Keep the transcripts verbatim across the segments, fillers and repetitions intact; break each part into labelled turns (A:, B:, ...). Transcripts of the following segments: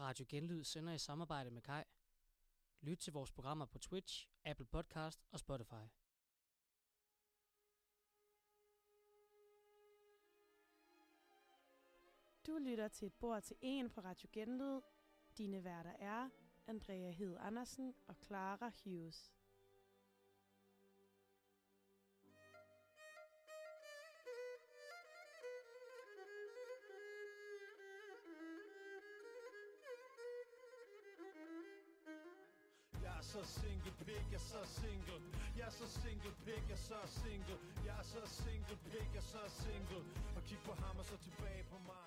A: Radio Genlyd sender i samarbejde med Kai. Lyt til vores programmer på Twitch, Apple Podcast og Spotify.
B: Du lytter til et bord til en på Radio Genlyd. Dine værter er Andrea Hed Andersen og Clara Hughes.
C: Jeg er så single, pig, jeg er så single. Jeg er så single, pig, jeg er så single. Jeg er så single, pig, jeg er så single. Og kig på ham og så tilbage på mig.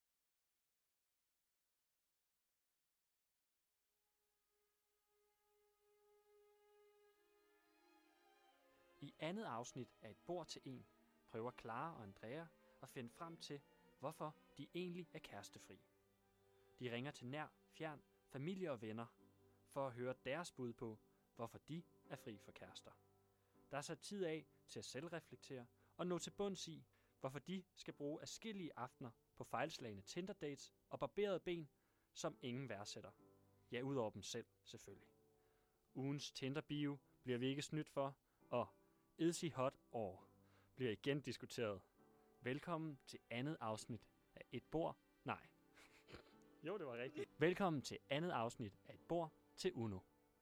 D: I andet afsnit af Et bord til en prøver Clara og Andrea at finde frem til, hvorfor de egentlig er kærestefri. De ringer til nær, fjern, familie og venner for at høre deres bud på, hvorfor de er fri for kærester. Der er sat tid af til at selvreflektere og nå til bunds i, hvorfor de skal bruge adskillige aftener på fejlslagne Tinder-dates og barberede ben, som ingen værdsætter. Ja, udover dem selv, selvfølgelig. Ugens Tinder-bio bliver vi ikke snydt for, og Is he hot or bliver igen diskuteret. Velkommen til andet afsnit af Et bord. Nej. Jo, det var rigtigt. Velkommen til andet afsnit af Et bord til Uno.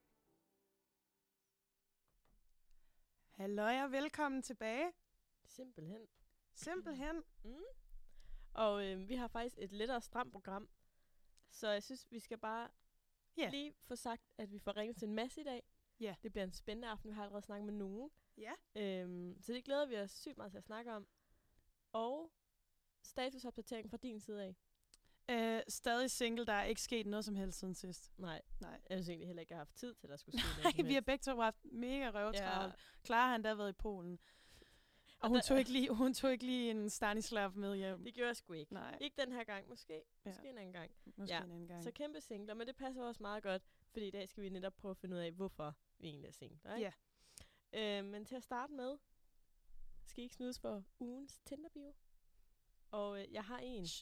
B: Halløj og velkommen tilbage.
E: Simpelthen.
B: Simpelthen.
E: Mm. Og øh, vi har faktisk et lettere stramt program. Så jeg synes, vi skal bare
B: yeah.
E: lige få sagt, at vi får ringet til en masse i dag.
B: Ja. Yeah.
E: Det bliver en spændende aften. Vi har allerede snakket med nogen.
B: Ja.
E: Øhm, så det glæder vi os sygt meget til at snakke om. Og statusopdatering fra din side af.
B: Øh, stadig single, der er ikke sket noget som helst siden sidst.
E: Nej,
B: Nej.
E: Jeg synes egentlig heller ikke, jeg har haft tid til, at der skulle ske noget
B: Nej, vi har begge to haft mega røvtravlt. Ja. Clara har endda været i Polen. Og, og hun, der, tog ikke lige, hun tog ikke lige en Stanislav med hjem.
E: Det gjorde jeg sgu ikke.
B: Nej.
E: Ikke den her gang, måske. Måske
B: ja.
E: en anden gang.
B: Måske
E: ja.
B: en anden gang.
E: Så kæmpe singler, men det passer også meget godt, fordi i dag skal vi netop prøve at finde ud af, hvorfor vi egentlig er singler. Ikke?
B: Ja.
E: Øh, men til at starte med, skal I ikke snydes for ugens Tinder-bio? Og øh, jeg har en. Shh.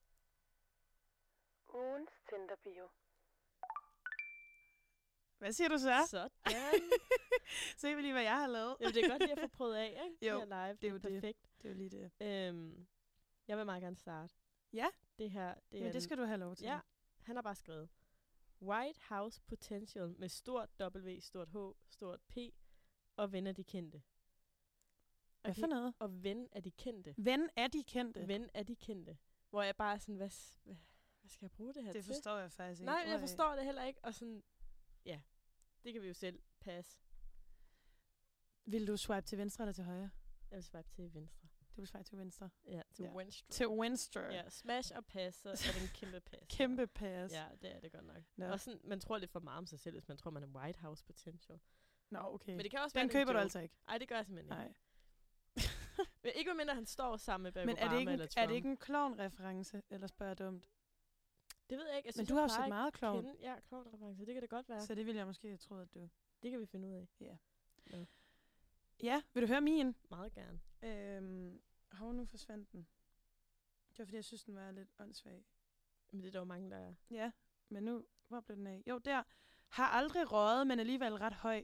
B: Ugens Tinder-bio. Hvad siger du så?
E: Sådan.
B: Se lige, hvad jeg har lavet.
E: Jamen, det er godt lige at få prøvet af, ikke?
B: Jo,
E: det er live.
B: Det er jo
E: perfekt.
B: Det. det er jo lige det.
E: Øhm, jeg vil meget gerne starte.
B: Ja?
E: Det her, det
B: ja,
E: er
B: det skal en, du have lov til.
E: Ja, han har bare skrevet. White House Potential med stort W, stort H, stort P og ven af de kendte.
B: Hvad for noget?
E: Og ven af de kendte.
B: Ven af de kendte?
E: Ven af de kendte. Hvor jeg bare er sådan, hvad, hvad, hvad skal jeg bruge det her
B: det
E: til?
B: Det forstår jeg faktisk ikke.
E: Nej, jeg forstår det heller ikke. Og sådan, ja, det kan vi jo selv passe.
B: Vil du swipe til venstre eller til højre?
E: Jeg vil swipe til venstre.
B: Du vil swipe til venstre?
E: Ja, til
B: ja.
E: venstre.
B: Til venstre.
E: Ja, smash og pass, så er det en kæmpe pass.
B: Kæmpe pass.
E: Ja, det er det godt nok.
B: No.
E: Og sådan, man tror lidt for meget om sig selv, hvis man tror, man er White House Potential.
B: Nå, okay.
E: Men det kan også
B: Den
E: være
B: køber du altså ikke?
E: Nej, det gør jeg simpelthen
B: ikke.
E: Nej. Men ikke mindre, han står sammen med Barack
B: Men er
E: Obama
B: det ikke en,
E: eller Trump.
B: er det ikke en klovn-reference, eller spørger jeg dumt?
E: Det ved jeg ikke. Jeg synes,
B: men du har jo set meget klovn.
E: Kende. Ja, klovn-reference. Det kan det godt være.
B: Så det ville jeg måske have troet, at du...
E: Det kan vi finde ud af.
B: Ja.
E: Ja,
B: ja vil du høre min?
E: Meget gerne.
B: Øhm, hov, nu forsvandt den. Det var, fordi jeg synes, den var lidt åndssvag.
E: Men det er der jo mange, der er.
B: Ja, men nu... Hvor blev den af? Jo, der. Har aldrig røget, men alligevel ret høj.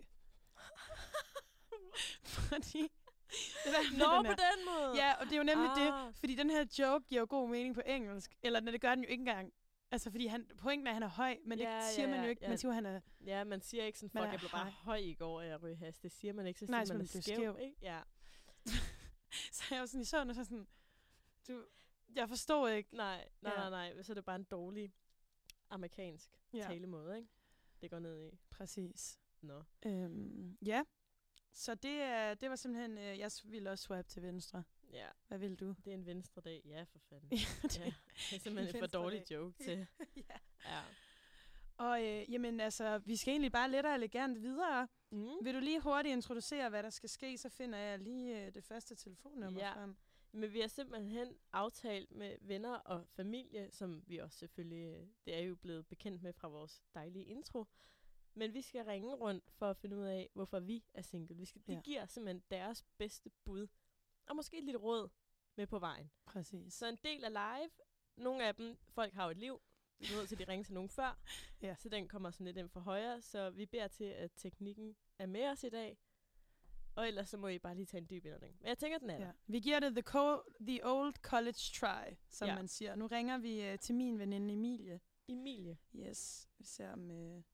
B: Fordi...
E: Det der, Nå, den på den måde.
B: Ja, og det er jo nemlig ah. det, fordi den her joke giver jo god mening på engelsk, eller det gør den jo ikke engang. Altså, fordi han, pointen er, at han er høj, men ja, det siger ja, man jo ikke. Ja. Man siger, han er...
E: Ja, man siger ikke sådan, fuck, jeg blev bare høj i går, og jeg ryger has. Det siger man ikke, så siger
B: Nej,
E: man, man er skæv, skæv, ikke? Ja.
B: Så jeg var sådan i søvn, og så sådan... Du, jeg forstår ikke.
E: Nej, nej, ja. nej, nej. Så er det bare en dårlig amerikansk ja. talemåde, ikke? Det går ned i.
B: Præcis.
E: Nå.
B: Øhm, ja. Så det, det var simpelthen... Øh, jeg ville også swipe til venstre.
E: Ja.
B: Hvad vil du?
E: Det er en venstre dag. Ja, for fanden.
B: ja, det,
E: ja. det er simpelthen en for dårlig joke til.
B: ja.
E: ja.
B: Og øh, jamen altså, vi skal egentlig bare let og elegant videre.
E: Mm.
B: Vil du lige hurtigt introducere, hvad der skal ske, så finder jeg lige øh, det første telefonnummer
E: ja.
B: frem.
E: Men vi har simpelthen aftalt med venner og familie, som vi også selvfølgelig, det er jo blevet bekendt med fra vores dejlige intro. Men vi skal ringe rundt for at finde ud af, hvorfor vi er single. Vi skal, de ja. giver simpelthen deres bedste bud. Og måske et lille råd med på vejen.
B: Præcis.
E: Så en del er live. Nogle af dem, folk har jo et liv. vi er nødt til at ringe til nogen før,
B: ja.
E: Så den kommer sådan lidt ind for højre, så vi beder til, at teknikken er med os i dag, og ellers så må I bare lige tage en dyb indånding. Men jeg tænker, den er
B: ja.
E: der.
B: Vi giver det the, co- the old college try, som
E: ja.
B: man siger. Nu ringer vi uh, til min veninde Emilie.
E: Emilie?
B: Yes, vi ser om, uh,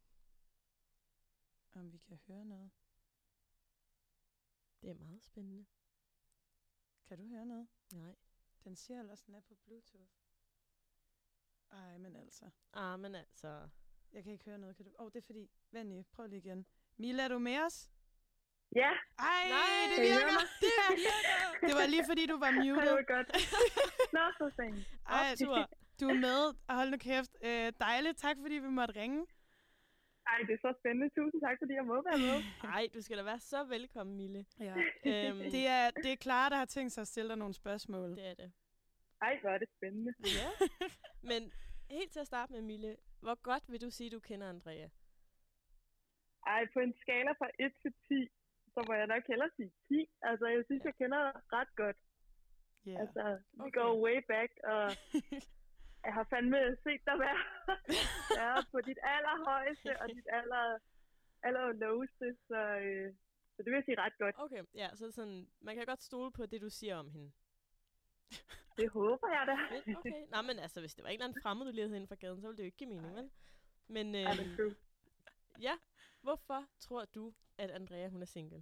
B: om vi kan høre noget.
E: Det er meget spændende.
B: Kan du høre noget?
E: Nej.
B: Den siger ellers, den er på Bluetooth. Ej, men altså.
E: Ah, men altså.
B: Jeg kan ikke høre noget. Kan du? Åh, oh, det er fordi. Venlig, prøv lige igen. Mila, er du med os?
F: Ja.
B: Ej,
E: Nej,
B: det virker. Det virker. Det var lige fordi, du var muted.
F: Det var godt. Nå, så fint.
B: Ej, du er med. Hold nu kæft. Øh, dejligt. Tak, fordi vi måtte ringe.
F: Ej, det er så spændende. Tusind tak, fordi jeg må være med.
E: Ej, du skal da være så velkommen, Mille.
B: Ja. øhm, det, er, det er Clara, der har tænkt sig at stille dig nogle spørgsmål.
E: Det er det.
F: Ej, hvor er det spændende.
E: Ja. Men helt til at starte med, Mille, hvor godt vil du sige, du kender Andrea?
F: Ej, på en skala fra et til ti, så må jeg nok hellere sige ti. Altså, jeg synes, jeg kender dig ret godt.
B: Yeah.
F: Altså, vi
E: Okay.
F: går way back, og jeg har fandme set dig være ja, på dit allerhøjeste og dit aller, allerloweste, så, øh, så det vil jeg sige ret godt.
E: Okay, ja, så sådan, man kan godt stole på det, du siger om hende.
F: Det håber jeg da.
E: Men, okay. Nå, men altså, hvis det var en eller anden fremmed, du levede hende fra gaden, så ville det jo ikke give mening, vel? Men øh,
F: Ja, det er true.
E: ja, hvorfor tror du, at Andrea, hun er single?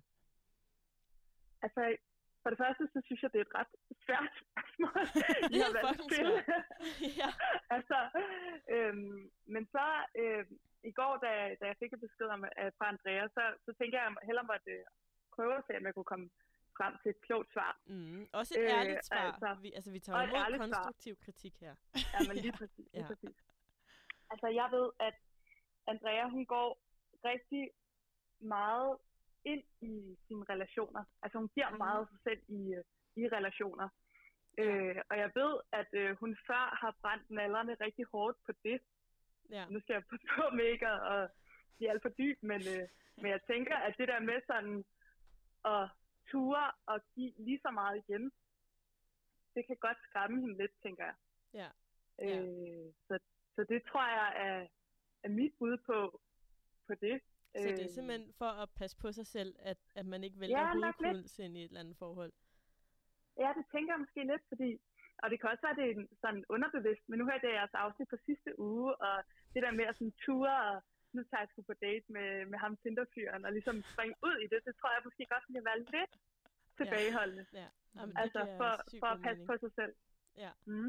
F: Altså, for det første, så synes jeg, det er et ret svært spørgsmål.
E: Det er fucking svært. Ja.
F: Altså, øhm, men så øh, i går, da, da jeg fik en besked om, uh, fra Andrea, så, så tænkte jeg, at jeg hellere måtte uh, prøve at se, om jeg kunne komme frem til et klogt svar.
E: Mm, også et øh, ærligt svar.
F: Altså,
E: vi, altså, vi tager imod konstruktiv svar. Kritik her.
F: Ja, men lige præcis. Lige
E: ja.
F: præcis. Altså, jeg ved, at Andrea, hun går rigtig meget ind i sine relationer. Altså, hun giver mm. meget af sig selv i, i relationer. Ja. Øh, og jeg ved, at øh, hun før har brændt nallerne rigtig hårdt på det.
E: Ja.
F: Nu skal jeg på på med ikke at, at blive alt for dyb, men, øh, men jeg tænker, at det der med sådan at ture og give lige så meget igen, det kan godt skræmme hende lidt, tænker jeg.
E: Ja.
F: Øh,
E: ja.
F: Så, så det tror jeg er, er mit bud på, på det.
E: Så det er simpelthen for at passe på sig selv, at, at man ikke vælger
F: ja,
E: hovedkuls ind i et eller andet forhold?
F: Ja, det tænker jeg måske lidt, fordi, og det kan også være, at det er sådan underbevidst, men nu hørte jeg jeres afsnit på sidste uge, og det der med at sådan ture, og nu tager jeg sgu på date med, med ham Tinder-fyren, og ligesom springe ud i det, det tror jeg måske godt kan være lidt tilbageholdende.
E: Ja. Ja. Jamen,
F: altså for, for at passe
E: mening.
F: på sig selv.
E: Ja.
F: Mm.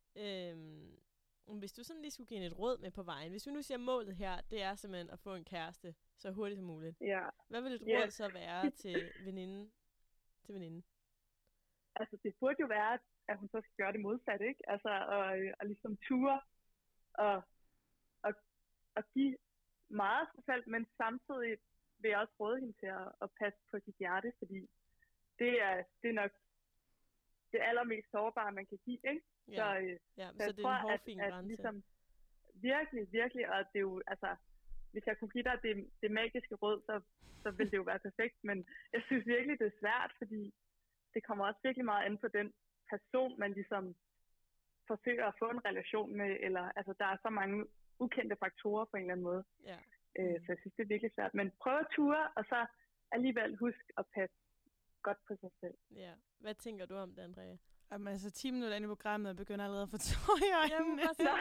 E: Øhm, hvis du sådan lige skulle give et råd med på vejen, hvis vi nu siger målet her, det er simpelthen at få en kæreste så hurtigt som muligt.
F: Ja.
E: Hvad vil et
F: yeah.
E: råd så være til veninden? Til veninden?
F: Altså, det burde jo være, at hun så skal gøre det modsatte, ikke? Altså, og, og ligesom ture og, og, og give meget af sig selv, men samtidig vil jeg også råde hende til at, at passe på sit hjerte, fordi det er, det er nok det allermest sårbare, man kan give, ikke?
E: Ja,
F: så, øh,
E: ja,
F: så,
E: så
F: jeg
E: det
F: tror,
E: er en hårfin
F: at, at
E: grænse.
F: ligesom, virkelig, virkelig, og det er jo, altså, hvis jeg kunne give dig det, det magiske råd, så, så ville det jo være perfekt, men jeg synes virkelig, det er svært, fordi det kommer også virkelig meget an på den person, man ligesom forsøger at få en relation med, eller altså, der er så mange ukendte faktorer på en eller anden måde.
E: Ja.
F: Øh, så jeg synes, det er virkelig svært. Men prøv at ture, og så alligevel husk at passe godt på sig selv.
E: Ja. Hvad tænker du om det, Andrea?
B: Jamen, altså, ti minutter inde i programmet, jeg begynder allerede at få tår i øjnene.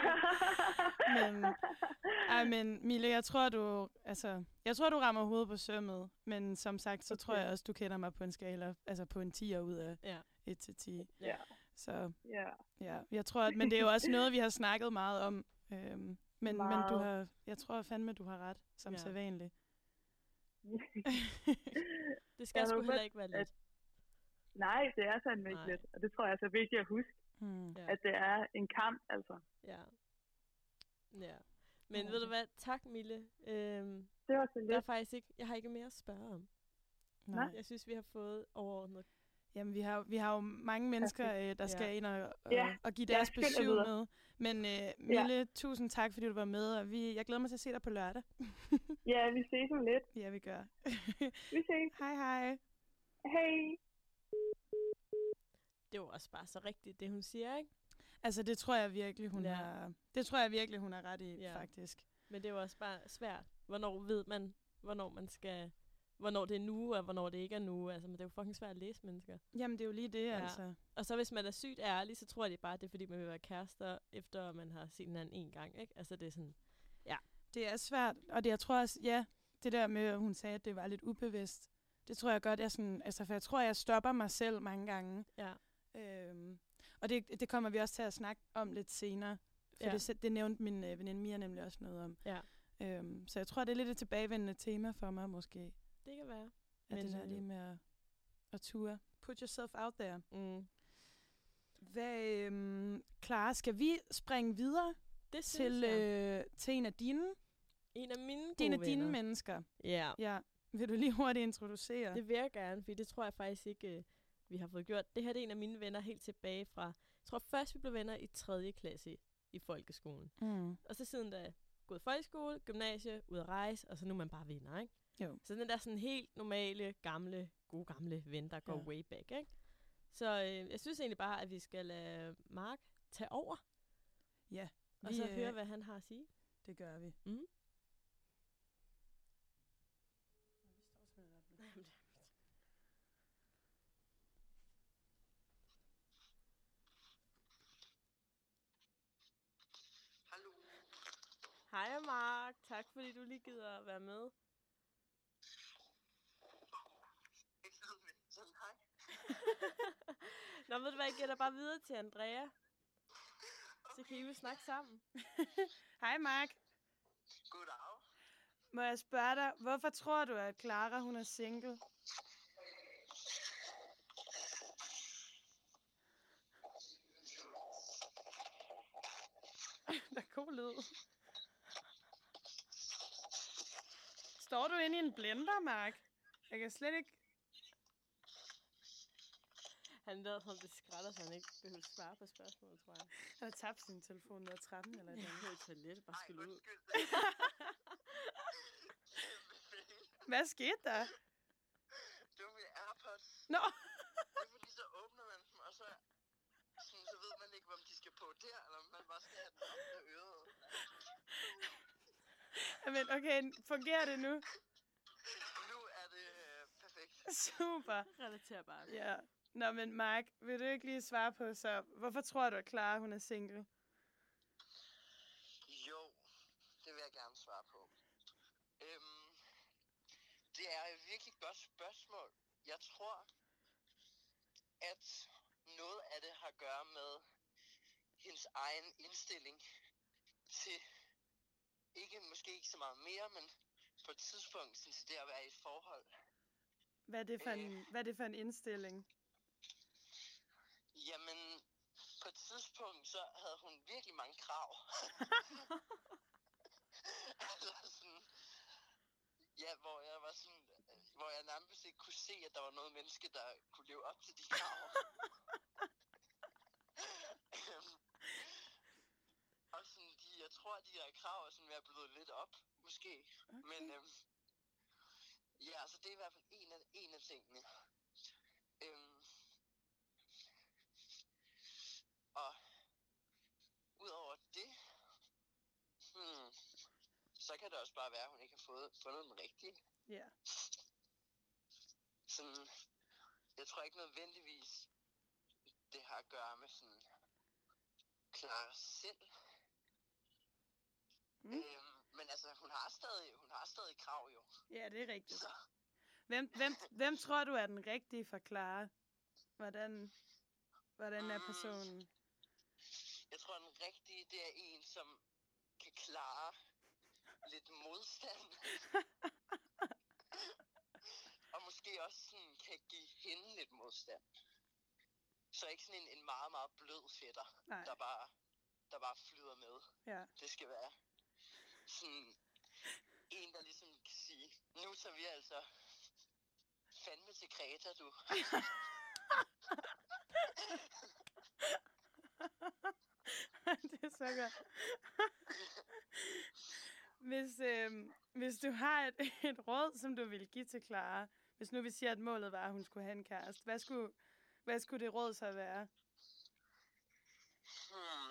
B: men, ej, men Mille, jeg tror, du, altså, jeg tror, du rammer hovedet på sømmet. Men som sagt, så okay. tror jeg også, du kender mig på en skala, altså på en tier ud af
E: ja.
B: et til ti.
F: Ja.
B: Så,
F: ja.
B: ja, jeg tror, at, men det er jo også noget, vi har snakket meget om. Øhm, men, men du har, jeg tror fandme, du har ret, som ja. sædvanligt.
E: Det skal sgu heller ikke være lidt.
F: Nej, det er fandme ikke lidt, og det tror jeg er så vigtigt at huske,
B: hmm.
F: at det er en kamp, altså.
E: Ja. Ja. Men oh. ved du hvad, tak Mille. Øhm,
F: det var så lidt.
E: Der er faktisk ikke, jeg har ikke mere at spørge om.
B: Nej.
E: Jeg synes, vi har fået overordnet.
B: Jamen, vi har, vi har jo mange mennesker, øh, der skal ja. ind og, og,
F: ja.
B: og give deres ja, besøg med. Men øh, Mille, ja. tusind tak, fordi du var med, og vi, jeg glæder mig til at se dig på lørdag.
F: Ja, vi ses om lidt.
B: Ja, vi gør.
F: Vi ses.
B: Hej, hej.
F: Hej.
E: Det var også bare så rigtigt, det hun siger, ikke?
B: Altså, det tror jeg virkelig, hun
E: Ja.
B: har... Det tror jeg virkelig, hun har ret i,
E: Ja.
B: faktisk.
E: Men det er jo også bare svært. Hvornår ved man, hvornår man skal... Hvornår det er nu, og hvornår det ikke er nu. Altså, men det er jo fucking svært at læse mennesker.
B: Jamen, det er jo lige det,
E: Ja.
B: altså.
E: Og så hvis man er sygt ærlig, så tror jeg bare, det er fordi, man vil være kærester, efter man har set hinanden en gang, ikke? Altså, det er sådan...
B: Det er svært, og det, jeg tror også, ja, det der med, at hun sagde, at det var lidt ubevidst, det tror jeg godt, jeg sådan, altså, for jeg tror, jeg stopper mig selv mange gange.
E: Ja.
B: Øhm, og det, det kommer vi også til at snakke om lidt senere, for
E: Ja.
B: ja. det, det nævnte min øh, veninde Mia nemlig også noget om.
E: Ja.
B: Øhm, så jeg tror, det er lidt et tilbagevendende tema for mig, måske,
E: Det kan være.
B: at
E: Men,
B: det der
E: øh,
B: lige med at, at ture. Put yourself out there.
E: Mm.
B: Hvad, øhm, Clara, skal vi springe videre
E: Det synes
B: til,
E: jeg.
B: øh, til en af dine,
E: En af mine gode
B: en af dine
E: venner.
B: mennesker?
E: Ja.
B: Ja. Vil du lige hurtigt introducere?
E: Det vil jeg gerne, for det tror jeg faktisk ikke, øh, vi har fået gjort. Det her det er en af mine venner helt tilbage fra... Jeg tror først, vi blev venner i tredje klasse i, i folkeskolen.
B: Mm.
E: Og så siden da gået i folkeskole, gymnasie, ud at rejse, og så nu er man bare venner, ikke?
B: Jo.
E: Så den der sådan helt normale, gamle, gode gamle ven, der går
B: Ja.
E: way back, ikke? Så øh, jeg synes egentlig bare, at vi skal lade Mark tage over,
B: Ja,
E: og
B: vi,
E: så
B: øh,
E: høre, hvad han har at sige.
B: det gør vi.
E: Mm.
G: Hallo.
E: Hej Mark, tak fordi du lige gider at være med.
G: Ikke noget med sådan, hej.
E: Nå, ved du hvad, jeg giver dig bare videre til Andrea. Så kan I jo snakke sammen.
B: Hej Mark.
G: Goddag.
B: Må jeg spørge dig, hvorfor tror du, at Clara hun er single? Der er god lyd. Står du inde i en blender, Mark? Jeg kan slet ikke...
E: Han lader som det skrætter, så han ikke behøver svare på spørgsmålet, tror jeg.
B: Han har tabt sin telefon ned ad trappen eller
E: Jeg
B: noget.
E: er i toilettet, bare
G: Ej,
E: skal ud.
G: undskyld.
B: Hvad skete der?
G: Det var mine AirPods.
B: Nå,
G: Det er fordi, så åbner man dem, og så, sådan, så ved man ikke, om de skal på der, eller om man bare skal have den op med øret.
B: men okay, fungerer det nu?
G: Nu er det øh, perfekt.
B: Super.
E: Relaterbart.
B: Ja. Nå, men Mark, vil du ikke lige svare på, så hvorfor tror du, at Clara hun er single?
G: Jo, det vil jeg gerne svare på. Øhm, det er et virkelig godt spørgsmål. Jeg tror, at noget af det har at gøre med hendes egen indstilling til, ikke måske ikke så meget mere, men på et tidspunkt synes jeg, det at være i et forhold.
B: Hvad er det for en, hvad er det for en indstilling?
G: Jamen, på et tidspunkt, så havde hun virkelig mange krav. altså sådan, ja, hvor jeg var sådan, hvor jeg nærmest ikke kunne se, at der var noget menneske, der kunne leve op til de krav. Øhm, og sådan, de, jeg tror, de her krav er sådan ved at bløde lidt op, måske.
B: Okay.
G: Men øhm, ja, altså det er i hvert fald en af, en af tingene. Øhm, og udover det, hmm, så kan det også bare være, at hun ikke har fået, fundet den rigtige.
B: Ja.
G: Sådan, jeg tror ikke nødvendigvis, det har at gøre med sådan Clara selv.
B: Mm.
G: Øhm, men altså, hun har stadig, hun har stadig krav jo.
B: Ja, det er rigtigt.
G: Så,
B: Hvem, hvem, hvem tror du er den rigtige for Clara? Hvordan, hvordan er
G: Mm.
B: personen?
G: jeg tror, den rigtige, det er en, som kan klare lidt modstand. Og måske også sådan, kan give hende lidt modstand. Så ikke sådan en, en meget, meget blød fætter,
B: Nej.
G: der bare, der bare flyder med.
B: Ja.
G: Det skal være sådan en, der ligesom kan sige, nu tager vi altså fandme til Kreta, du.
B: Det er så godt. Hvis, øh, hvis du har et, et råd, som du vil give til Clara, hvis nu vi siger, at målet var, at hun skulle have en kæreste, hvad skulle, hvad skulle det råd så være?
G: Hmm.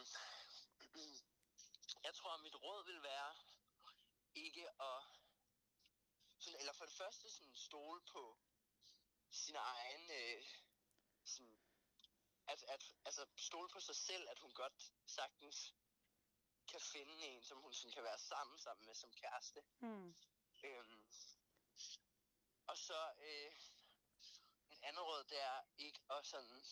G: mit råd vil være ikke at... Sådan, eller for det første sådan stole på sin egen... Øh, sådan, at, at, altså stole på sig selv, at hun godt sagtens kan finde en, som hun sådan kan være sammen sammen med som kæreste.
B: Mm.
G: Øhm, og så øh, et andet råd, det er ikke at sådan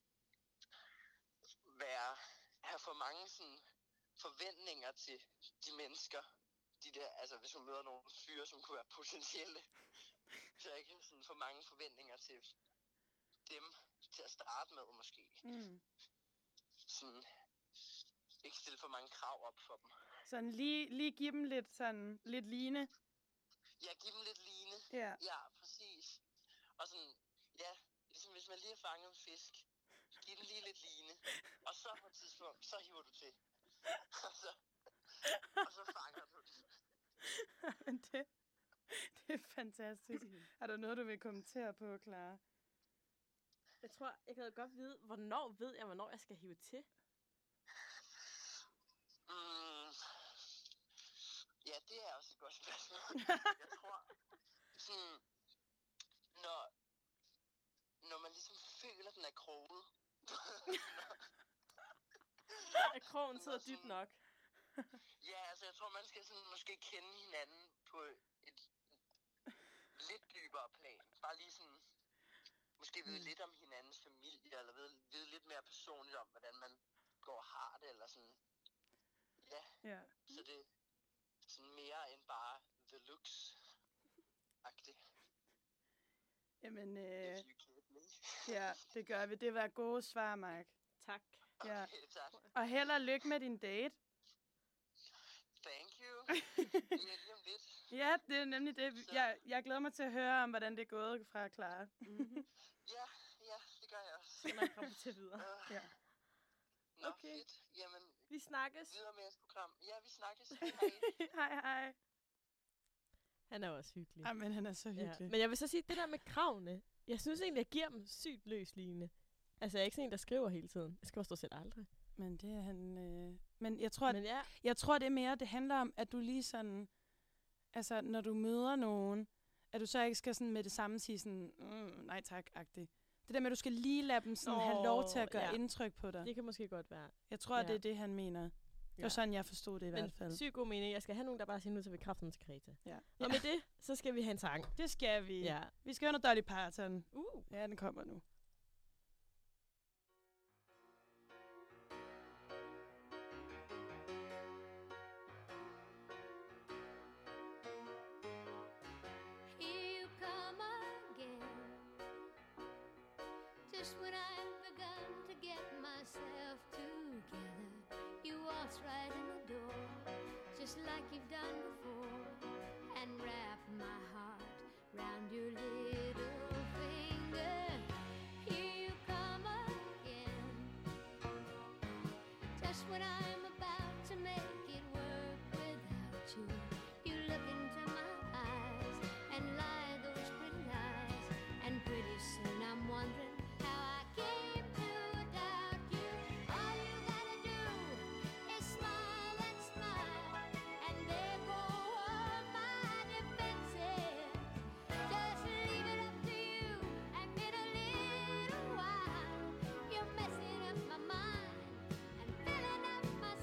G: være, have for mange sådan forventninger til de mennesker. De der, altså hvis hun møder nogle fyre, som kunne være potentielle, så ikke sådan for mange forventninger til dem til at starte med måske.
B: Mm.
G: Sådan, ikke stille for mange krav op for dem.
B: Sådan lige, lige give dem lidt, sådan, lidt line.
G: Ja, give dem lidt line.
B: Ja.
G: Ja, præcis. Og sådan, ja, ligesom hvis man lige har fanget en fisk, giv den lige lidt line. Og så på et tidspunkt, så hiver du til. og, så, og så fanger du den.
B: Men det, det er fantastisk. Er der noget, du vil kommentere på, Clara?
E: Jeg tror, jeg kan godt vide, hvornår ved jeg, hvornår jeg skal hive til?
G: Mm, ja, det er også et godt spørgsmål. Jeg tror, sådan, når, når man ligesom føler, den er kroget.
E: At krogen sidder dybt nok.
G: Ja, altså jeg tror, man skal sådan måske kende hinanden på et lidt dybere plan. Bare lige sådan, måske vide mm. lidt om hinandens familie, eller vide, vide lidt mere personligt om, hvordan man går og har det, eller sådan. Ja,
B: Ja.
G: så det er sådan mere end bare the looks-agtigt.
B: Jamen, øh,
G: If you get me.
B: ja, det gør vi. Det var gode svar, Mark.
E: Tak.
B: Ja.
G: Okay, tak.
B: Og held og lykke med din date.
G: Thank you. Det er lige om lidt.
B: Ja, det er nemlig det. Jeg, jeg glæder mig til at høre om, hvordan det er gået fra Clara.
E: Mm-hmm.
G: Ja, ja, det gør jeg også.
E: Så man kommer til videre.
G: Uh,
B: Ja.
G: Nå,
B: Okay.
G: fedt. Jamen,
E: Vi snakkes.
G: videre med jeres program. Ja, vi snakkes. Hej.
B: Hej, hej.
E: Han er også hyggelig.
B: Jamen, han er så
E: Ja.
B: hyggelig.
E: Men jeg vil så sige, det der med kravene, jeg synes egentlig, jeg giver dem sygt løsligende. Altså, jeg er ikke sådan en, der skriver hele tiden. Jeg skriver stort set aldrig.
B: Men det er han... Øh... Men jeg tror, at
E: Men ja,
B: Jeg tror, det er mere, det handler om, at du lige sådan, altså når du møder nogen, at du så ikke skal sådan med det samme sige sådan, mm, nej tak-agtigt. Det der med, at du skal lige lade dem sådan
E: Nå,
B: have lov til at gøre
E: ja.
B: indtryk på dig.
E: det kan måske godt være.
B: Jeg tror,
E: ja.
B: det er det, han mener. Det var
E: Ja.
B: sådan, jeg forstod det i hvert fald.
E: Men sygt god mening. Jeg skal have nogen, der bare siger, nu tager vi kraften til Kreta.
B: Ja.
E: Og med det, så skal vi have en sang.
B: Det skal vi.
E: Ja.
B: Vi skal høre noget Dolly Parton.
E: Uh.
B: Ja, den kommer nu.
H: Here you come again. Just when I've begun to get myself together, you waltz right in the door, just like you've done before, and wrap my heart round your little finger. Here you come again. Just when I'm about to make it work without you, you look into my eyes and lie those pretty lies, and pretty soon I'm wondering how I came to doubt you. All you gotta do is smile and smile, and there go all my defenses. Just leave it up to you, and in a little while you're messing up my mind and filling up my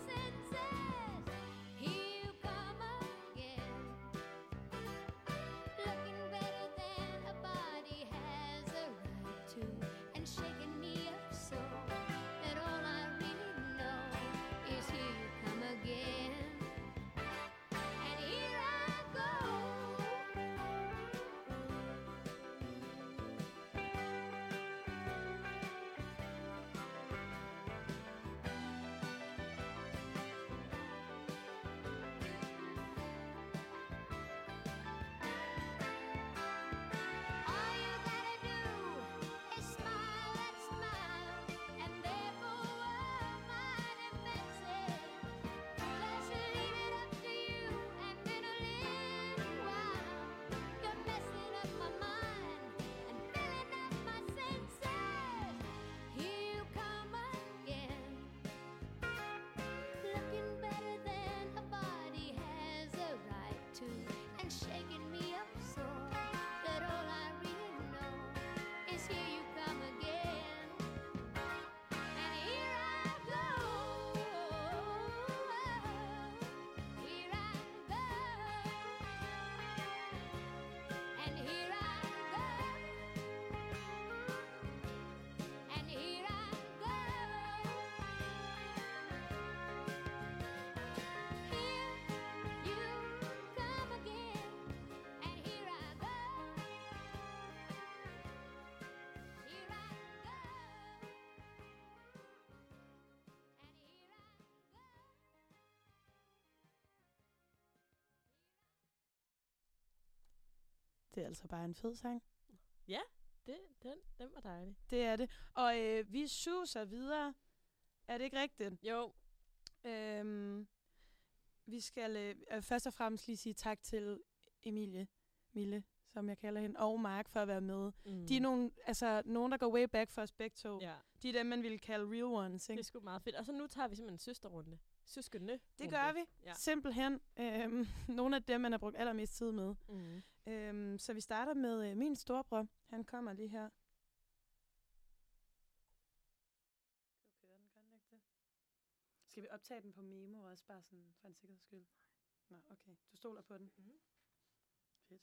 B: Det er altså bare en fed sang.
E: Ja, det, den, den var dejlig.
B: Det er det. Og øh, vi suser videre. Er det ikke rigtigt?
E: Jo.
B: Øhm, vi skal øh, først og fremmest lige sige tak til Emilie, Mille, som jeg kalder hende, og Mark for at være med.
E: Mm.
B: De er nogle, altså, nogen, der går way back for os begge to.
E: Ja.
B: De er dem, man ville kalde real ones, ikke?
E: Det er sgu meget fedt. Og så nu tager vi simpelthen en søsterrunde. Søskende.
B: Det gør vi.
E: Ja.
B: Simpelthen. Øhm, nogle af dem, man har brugt allermest tid med.
E: Mm.
B: Øhm, så vi starter med øh, min storebror. Han kommer lige her. Skal vi optage den på memo også, bare sådan for en sikkerheds skyld? Nå, okay. Du stoler på den.
E: Mm.
B: Fedt.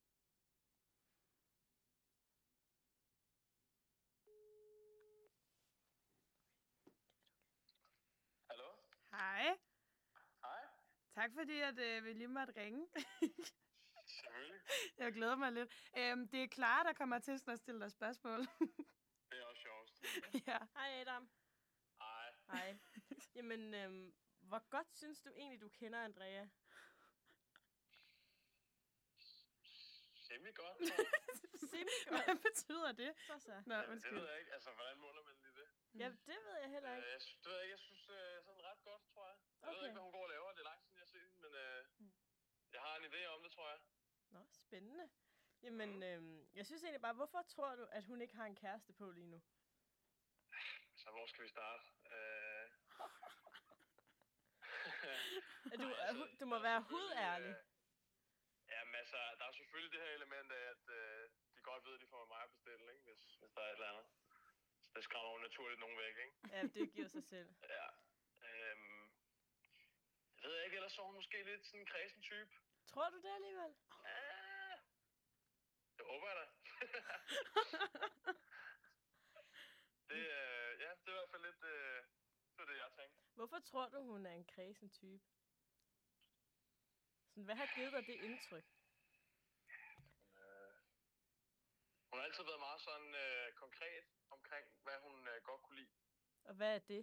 I: Hallo?
B: Hej.
I: Hej.
B: Tak fordi, at øh, vi lige måtte ringe.
I: Selvfølgelig.
B: Jeg glæder mig lidt. Øhm, det er Clara, der kommer til sådan at stille dig spørgsmål.
I: Det er også sjovt.
B: Ja.
E: Hej Adam.
I: Hej.
E: Hej. Jamen, øhm, hvor godt synes du egentlig, du kender Andrea?
I: Semi godt.
E: Semi godt.
B: Hvad betyder det?
E: Så så.
B: Nå,
I: Ja, det
B: undskyld.
I: ved jeg ikke. Altså, hvordan måler man lige det?
E: Ja, det ved jeg heller ikke.
I: Øh, jeg, synes- det ved jeg ikke. Jeg synes øh, sådan ret godt, tror jeg. Jeg
E: Okay.
I: ved ikke, hvad hun går og laver. Det er lang tid, siden jeg har set hende, men øh,
E: Mm.
I: jeg har en idé om det, tror jeg.
E: Nå, spændende. Jamen, øhm, jeg synes egentlig bare, hvorfor tror du, at hun ikke har en kæreste på lige nu?
I: Så hvor skal vi starte? Øh...
E: Er du,
I: Ej,
E: er, hu- du må
I: der er
E: være
I: selvfølgelig,
E: hudærlig.
I: øh, Jamen altså, der er selvfølgelig det her element af, at øh, de godt ved, at de får mig at bestille, ikke? Hvis, hvis der er et eller andet. Så det skræmmer jo naturligt nogen væk, ikke?
E: Ja, det giver sig selv.
I: Ja. Øhm, jeg ved ikke, ellers så er hun måske lidt sådan en kredsen type.
E: Tror du det alligevel?
I: Ah, det håber jeg da. det, øh, ja, det er i hvert fald lidt, øh, det var det, jeg tænkte.
E: Hvorfor tror du, hun er en kredsen type? Sådan, hvad har givet dig det indtryk?
I: Øh, hun har altid været meget sådan øh, konkret omkring, hvad hun øh, godt kunne lide.
E: Og hvad er det?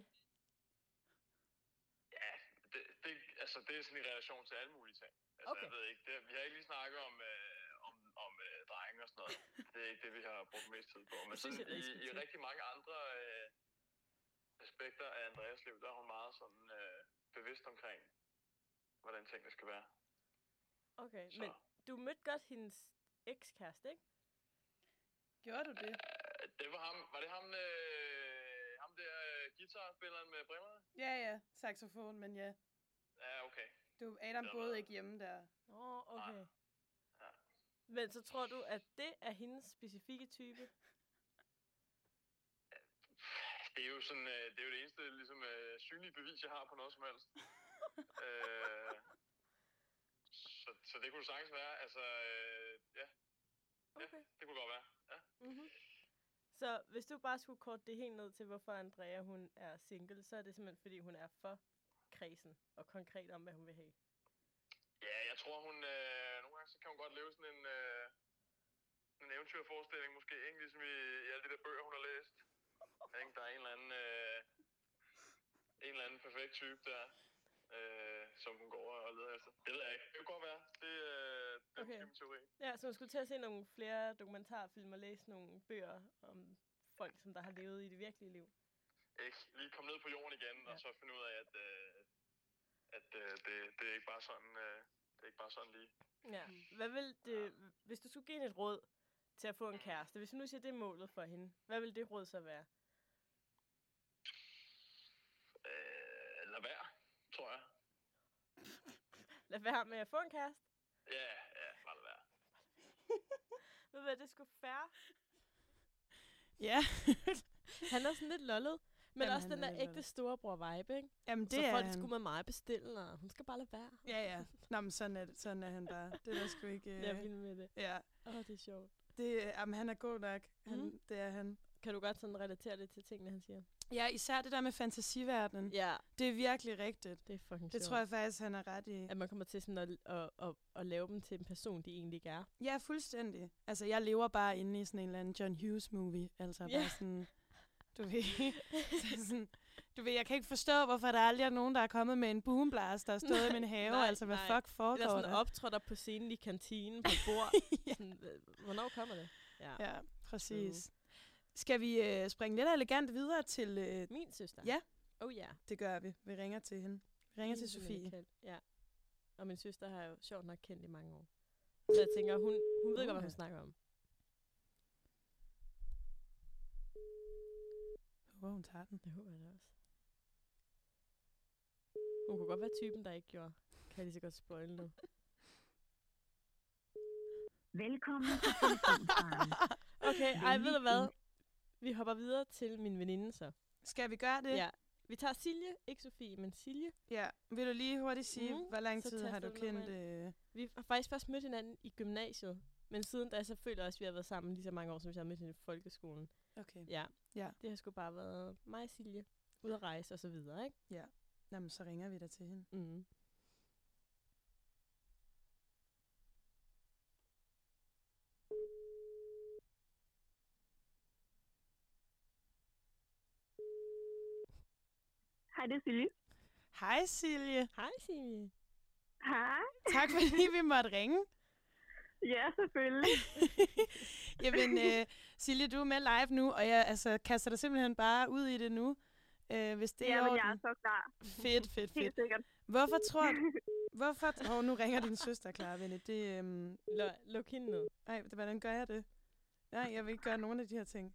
I: Ja, det, det, altså, det er sådan i relation til alle mulige ting. Altså,
E: Okay.
I: jeg ved ikke, det, vi har ikke lige snakket om, øh, om, om øh, drenge og sådan noget. Det er ikke det, vi har brugt mest tid på. Men
E: Det synes
I: sådan,
E: jeg, det
I: i,
E: skal
I: i
E: til.
I: rigtig mange andre øh, aspekter af Andreas liv, der er hun meget sådan øh, bevidst omkring, hvordan tingene skal være.
E: Okay,
I: Så.
E: men du mødte godt hendes ekskæreste, ikke?
B: Gjorde du det?
I: Øh, det var ham, var det ham, øh, ham der øh, guitarspilleren med brillerne?
B: Ja, ja. Saxofon, men ja.
I: Ja, okay.
B: Du, Adam
I: Det er
B: boede
I: noget.
B: ikke hjemme der.
E: Åh, oh, okay.
I: Ja.
E: Men så tror du, at det er hendes specifikke type?
I: Det er jo sådan, øh, det er jo det eneste ligesom, øh, synlige bevis, jeg har på noget som helst. øh, så, så det kunne sagtens være. Altså, øh, ja.
E: Okay.
I: Ja, det kunne godt være. Ja.
E: Mm-hmm. Så hvis du bare skulle korte det helt ned til, hvorfor Andrea hun er single, så er det simpelthen, fordi hun er for kredsen og konkret om, hvad hun vil have.
I: Ja, jeg tror, hun øh, nogle gange så kan hun godt leve sådan en, øh, en eventyrforestilling måske, ikke? Ligesom i, i alle de der bøger, hun har læst. Ikke? Der er en eller anden, øh, en eller anden perfekt type der, øh, som hun går over og leder efter. Det ved jeg ikke. Det kan godt være. Det, øh, det er
E: Okay.
I: okay. Min teori.
E: Ja, så hun skulle til at se nogle flere dokumentarfilm og læse nogle bøger om folk, som der har levet i det virkelige liv.
I: Ikke lige komme ned på jorden igen, ja.
E: Ja.
I: Og så finde ud af, at, øh, at øh, det, det er ikke bare sådan, øh, det er ikke bare sådan lige.
E: Ja. Hvad vil det, hvis du skulle give hende et råd til at få en kæreste, hvis du nu siger, det er målet for hende, hvad vil det råd så være?
I: Øh, lad være, tror jeg.
E: Lad være med at få en kæreste?
I: Ja, ja, bare lad være.
E: Ved du hvad, det er sgu fair.
B: Ja.
E: Han er sådan lidt lollet. Men
B: Jamen,
E: også
B: han
E: den
B: er
E: der
B: lidt
E: ægte
B: lollet.
E: storebror-vibe, ikke?
B: Jamen, det
E: Så
B: er
E: folk
B: han.
E: skulle med mig bestille, og hun skal bare lade være.
B: Ja, ja. Nå, men sådan er, det, sådan er han bare. Det er der sgu ikke... Øh...
E: Jeg er vild med det.
B: Ja.
E: Åh, oh, det er sjovt.
B: Det, jamen, han er god nok. Han,
E: Mhm.
B: Det er han.
E: Kan du godt sådan relatere lidt til tingene, han siger?
B: Ja, især det der med fantasiverdenen.
E: Ja,
B: Det er virkelig rigtigt.
E: det er fucking
B: Det
E: sjovt.
B: tror jeg faktisk, han er ret i.
E: At man kommer til sådan at, at, at, at lave dem til en person, de egentlig ikke er.
B: Ja, fuldstændig. Altså, jeg lever bare inde i sådan en eller anden John Hughes-movie. Altså,
E: Ja.
B: bare sådan... Du ved... så sådan, Du ved, jeg kan ikke forstå, hvorfor der aldrig er nogen, der er kommet med en boomblaster og stået i min have.
E: nej,
B: altså, hvad
E: nej.
B: fuck foregår
E: Eller sådan
B: der?
E: optrådter på scenen i kantinen på et bord.
B: Ja.
E: Sådan, øh, hvornår kommer det? Ja.
B: Ja, præcis. Skal vi øh, springe lidt elegant videre til... Øh,
E: Min søster?
B: Ja.
E: Oh ja.
B: Det gør vi. Vi ringer til hende. Vi ringer
E: Min
B: til
E: Mille
B: Sofie.
E: Kjeld, Ja. Og min søster har jeg jo sjovt nok kendt i mange år. Så jeg tænker, hun, hun ved godt, hvad hun snakker om.
B: Jeg håber, hun tager den.
E: Det håber jeg da også. Hun kunne godt være typen, der ikke gjorde. Kan jeg lige så godt spoil nu.
J: Velkommen til telefonsvaren.
E: Okay, ej, ved du hvad? Vi hopper videre til min veninde så.
B: Skal vi gøre det?
E: Ja. Vi tager Silje, ikke Sofie, men Silje.
B: Ja. Vil du lige hurtigt sige,
E: Mhm.
B: hvor lang
E: Så
B: tid har du
E: taster du
B: kendt...
E: nummeret
B: Øh...
E: Vi har faktisk først mødt hinanden i gymnasiet. Men siden da, så føler jeg også, at vi har været sammen lige så mange år, som vi har mødt hinanden i folkeskolen.
B: Okay.
E: Ja.
B: Ja.
E: Det har sgu bare været mig og Silje. Ude at rejse og så videre, ikke?
B: Ja. Jamen, så ringer vi da til hende.
E: Mhm.
F: Hej, det er Silje.
B: Hej, Silje.
E: Hej, Silje.
F: Hej.
B: Tak, fordi vi måtte ringe.
F: Ja, selvfølgelig.
B: Jamen, øh, Silje, du er med live nu, og jeg altså, kaster dig simpelthen bare ud i det nu. Øh, hvis det er
F: Ja,
B: i
F: men
B: orden.
F: jeg er så klar.
B: Fedt, fedt,
F: Helt
B: fedt.
F: sikkert.
B: Hvorfor tror du... Hvorfor... Åh, oh, nu ringer din søster, Clara, venner. Det, øhm...
E: L- luk hende ned.
B: Ej, hvordan gør jeg det? Nej, jeg vil ikke gøre nogen af de her ting.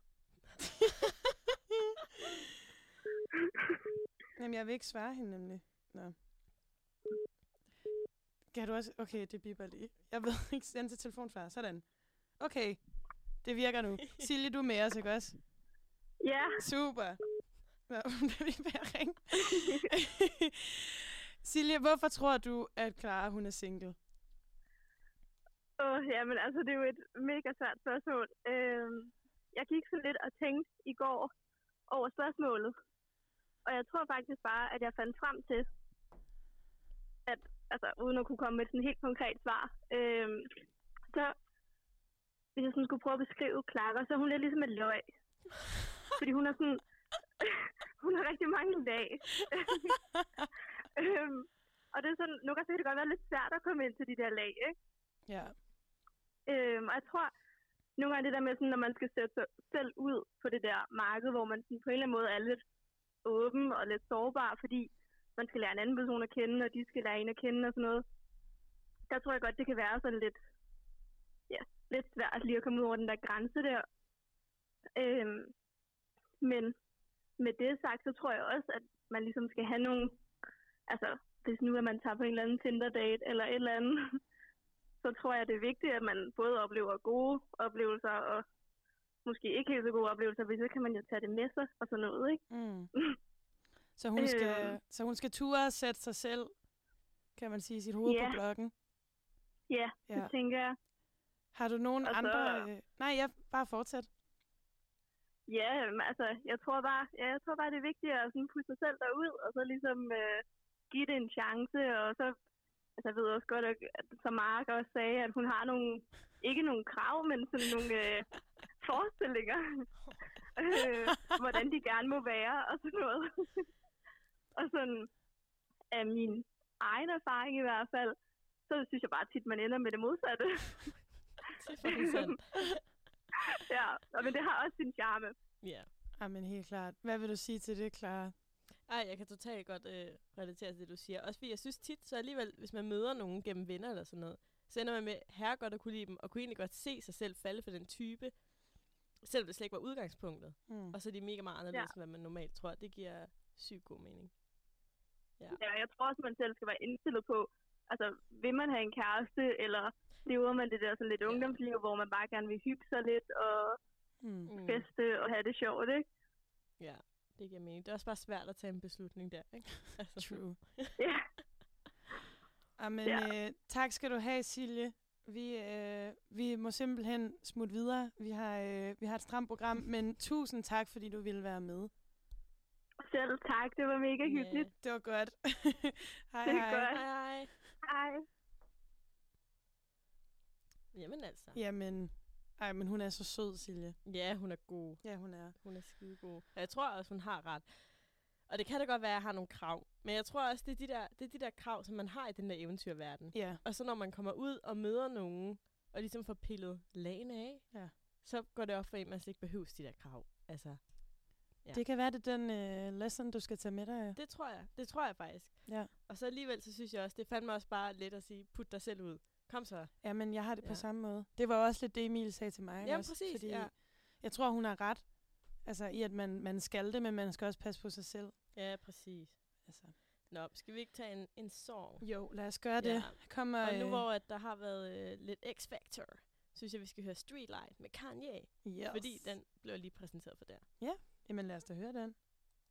B: Jamen, jeg vil ikke svare hende nemlig. Nå. Kan du også... Okay, det bipper lige. Jeg ved ikke sende til telefonsvar. Sådan. Okay, det virker nu. Silje, du er med os, ikke også?
F: Ja.
B: Super. Nå, hun bliver lige ved at ringe. Silje, hvorfor tror du, at Clara, hun er single?
F: Åh, oh, jamen altså, det er jo et mega svært spørgsmål. Øhm, jeg gik så lidt og tænkte i går over spørgsmålet. Og jeg tror faktisk bare, at jeg fandt frem til, at, altså uden at kunne komme med sådan et helt konkret svar, øhm, så hvis jeg sådan skulle prøve at beskrive Clara, så er hun lidt ligesom et løg. Fordi hun er sådan, hun har rigtig mange lag. øhm, og det er sådan, nogle gange så kan det godt være lidt svært at komme ind til de der lag, ikke?
B: Ja.
F: Øhm, og jeg tror, nogle gange det der med, sådan, når man skal sætte sig selv ud på det der marked, hvor man sådan, på en eller anden måde er lidt åben og lidt sårbar, fordi man skal lære en anden person at kende, og de skal lære en at kende og sådan noget. Der tror jeg godt, det kan være sådan lidt, ja, lidt svært lige at komme ud over den der grænse der. Øhm, men med det sagt, så tror jeg også, at man ligesom skal have nogle, altså hvis nu at man tager på en eller anden Tinder-date eller et eller andet, så tror jeg, det er vigtigt, at man både oplever gode oplevelser og måske ikke helt så gode oplevelser, hvis så kan man jo tage det med sig og sådan noget, ikke?
B: Mm. Så hun skal, så hun skal ture og sætte sig selv, kan man sige, sit hoved
F: Ja.
B: på blokken.
F: Ja,
B: Ja.
F: det tænker jeg.
B: Har du nogen
F: Og så-
B: andre... Øh... Nej, ja, bare fortsæt.
F: Ja, jamen, altså, jeg tror bare, ja, jeg tror bare, det er vigtigt at sådan putte sig selv derud, og så ligesom øh, give det en chance, og så, altså, jeg ved også godt, at, at som Mark også sagde, at hun har nogle, ikke nogle krav, men sådan nogle øh, forestillinger, øh, hvordan de gerne må være, og sådan noget. Og sådan, af min egen erfaring i hvert fald, så synes jeg bare tit, man ender med det modsatte.
E: Det er faktisk sandt.
F: Ja, og men det har også sin charme.
E: Ja.
B: Ja, men helt klart. Hvad vil du sige til det, Clara?
E: Ej, jeg kan totalt godt øh, relatere til det, du siger. Også fordi jeg synes tit, så alligevel, hvis man møder nogen gennem venner eller sådan noget, så ender man med her godt at kunne lide dem, og kunne egentlig godt se sig selv falde for den type, selvom det slet ikke var udgangspunktet.
B: Mm.
E: Og så er de mega meget anderledes,
F: Ja.
E: end hvad man normalt tror. Det giver sygt god mening. Ja.
F: Ja, jeg tror også, man selv skal være indstillet på, altså, vil man have en kæreste, eller lever man det der sådan lidt
E: Ja.
F: ungdomsliv, hvor man bare gerne vil hygge sig lidt og
B: Mm.
E: Mm.
F: feste og have det sjovt, ikke?
E: Ja, det giver mening. Det er også bare svært at tage en beslutning der, ikke? Altså.
B: True.
F: Ja.
B: Amen,
F: Ja.
B: øh, tak skal du have, Silje. Vi, øh, vi må simpelthen smutte videre. Vi har, øh, vi har et stramt program, men tusind tak, fordi du ville være med.
F: Selv tak, det var mega hyggeligt.
B: Det var godt. hej,
F: Det er
B: hej.
F: godt.
E: Hej, hej.
F: Hej.
E: Jamen altså.
B: Jamen, ej, men hun er så sød, Silje.
E: Ja, hun er god.
B: Ja, hun er.
E: Hun er skide god. Og jeg tror også, hun har ret. Og det kan da godt være, at jeg har nogle krav. Men jeg tror også, det er de der, det er de der krav, som man har i den der eventyrverden.
B: Ja.
E: Og så når man kommer ud og møder nogen, og ligesom får pillet lagene af,
B: Ja.
E: så går det op for en, at man slet ikke behøver de der krav. Altså, ja.
B: Det kan være, det er den øh, lesson, du skal tage med dig.
E: Det tror jeg. Det tror jeg faktisk.
B: Ja.
E: Og så alligevel, så synes jeg også, det fandt mig også bare let at sige, put dig selv ud. Kom så.
B: Ja, men jeg har det på
E: Ja.
B: samme måde. Det var også lidt det, Emil sagde til mig.
E: Jamen,
B: også,
E: præcis,
B: Fordi
E: ja.
B: jeg tror, hun har ret. Altså i, at man, man skal det, men man skal også passe på sig selv.
E: Ja, præcis.
B: Altså.
E: Nå, skal vi ikke tage en, en song?
B: Jo, lad os gøre det.
E: Ja.
B: Kommer,
E: Og nu
B: øh,
E: hvor at der har været øh, lidt X-Factor, synes jeg, vi skal høre Streetlight med Kanye.
B: Yes.
E: Fordi den blev lige præsenteret for der.
B: Ja, jamen lad os da høre den.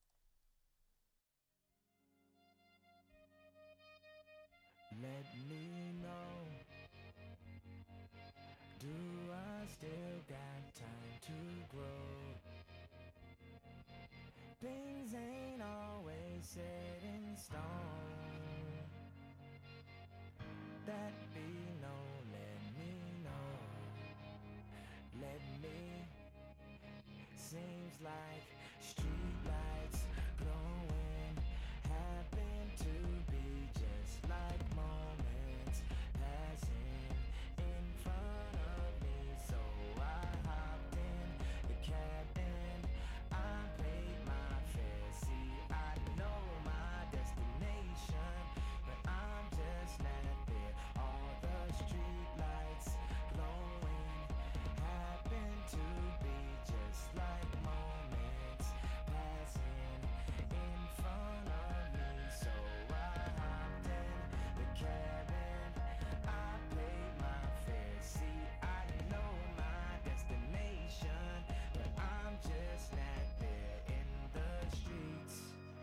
C: Let me know. Do I still got time to grow? Things ain't always set in stone. That be no, let me know. Let me. Seems like street lights glowing happen to be just like moments passing in front of me. So I hopped in the cab and I paid my fare. See, I know my destination, but I'm just not there. All the street lights glowing happen to be just like moments passing in front of me. So I hopped in the cab and I paid my fare. See, I know my destination, but I'm just not there in the streets.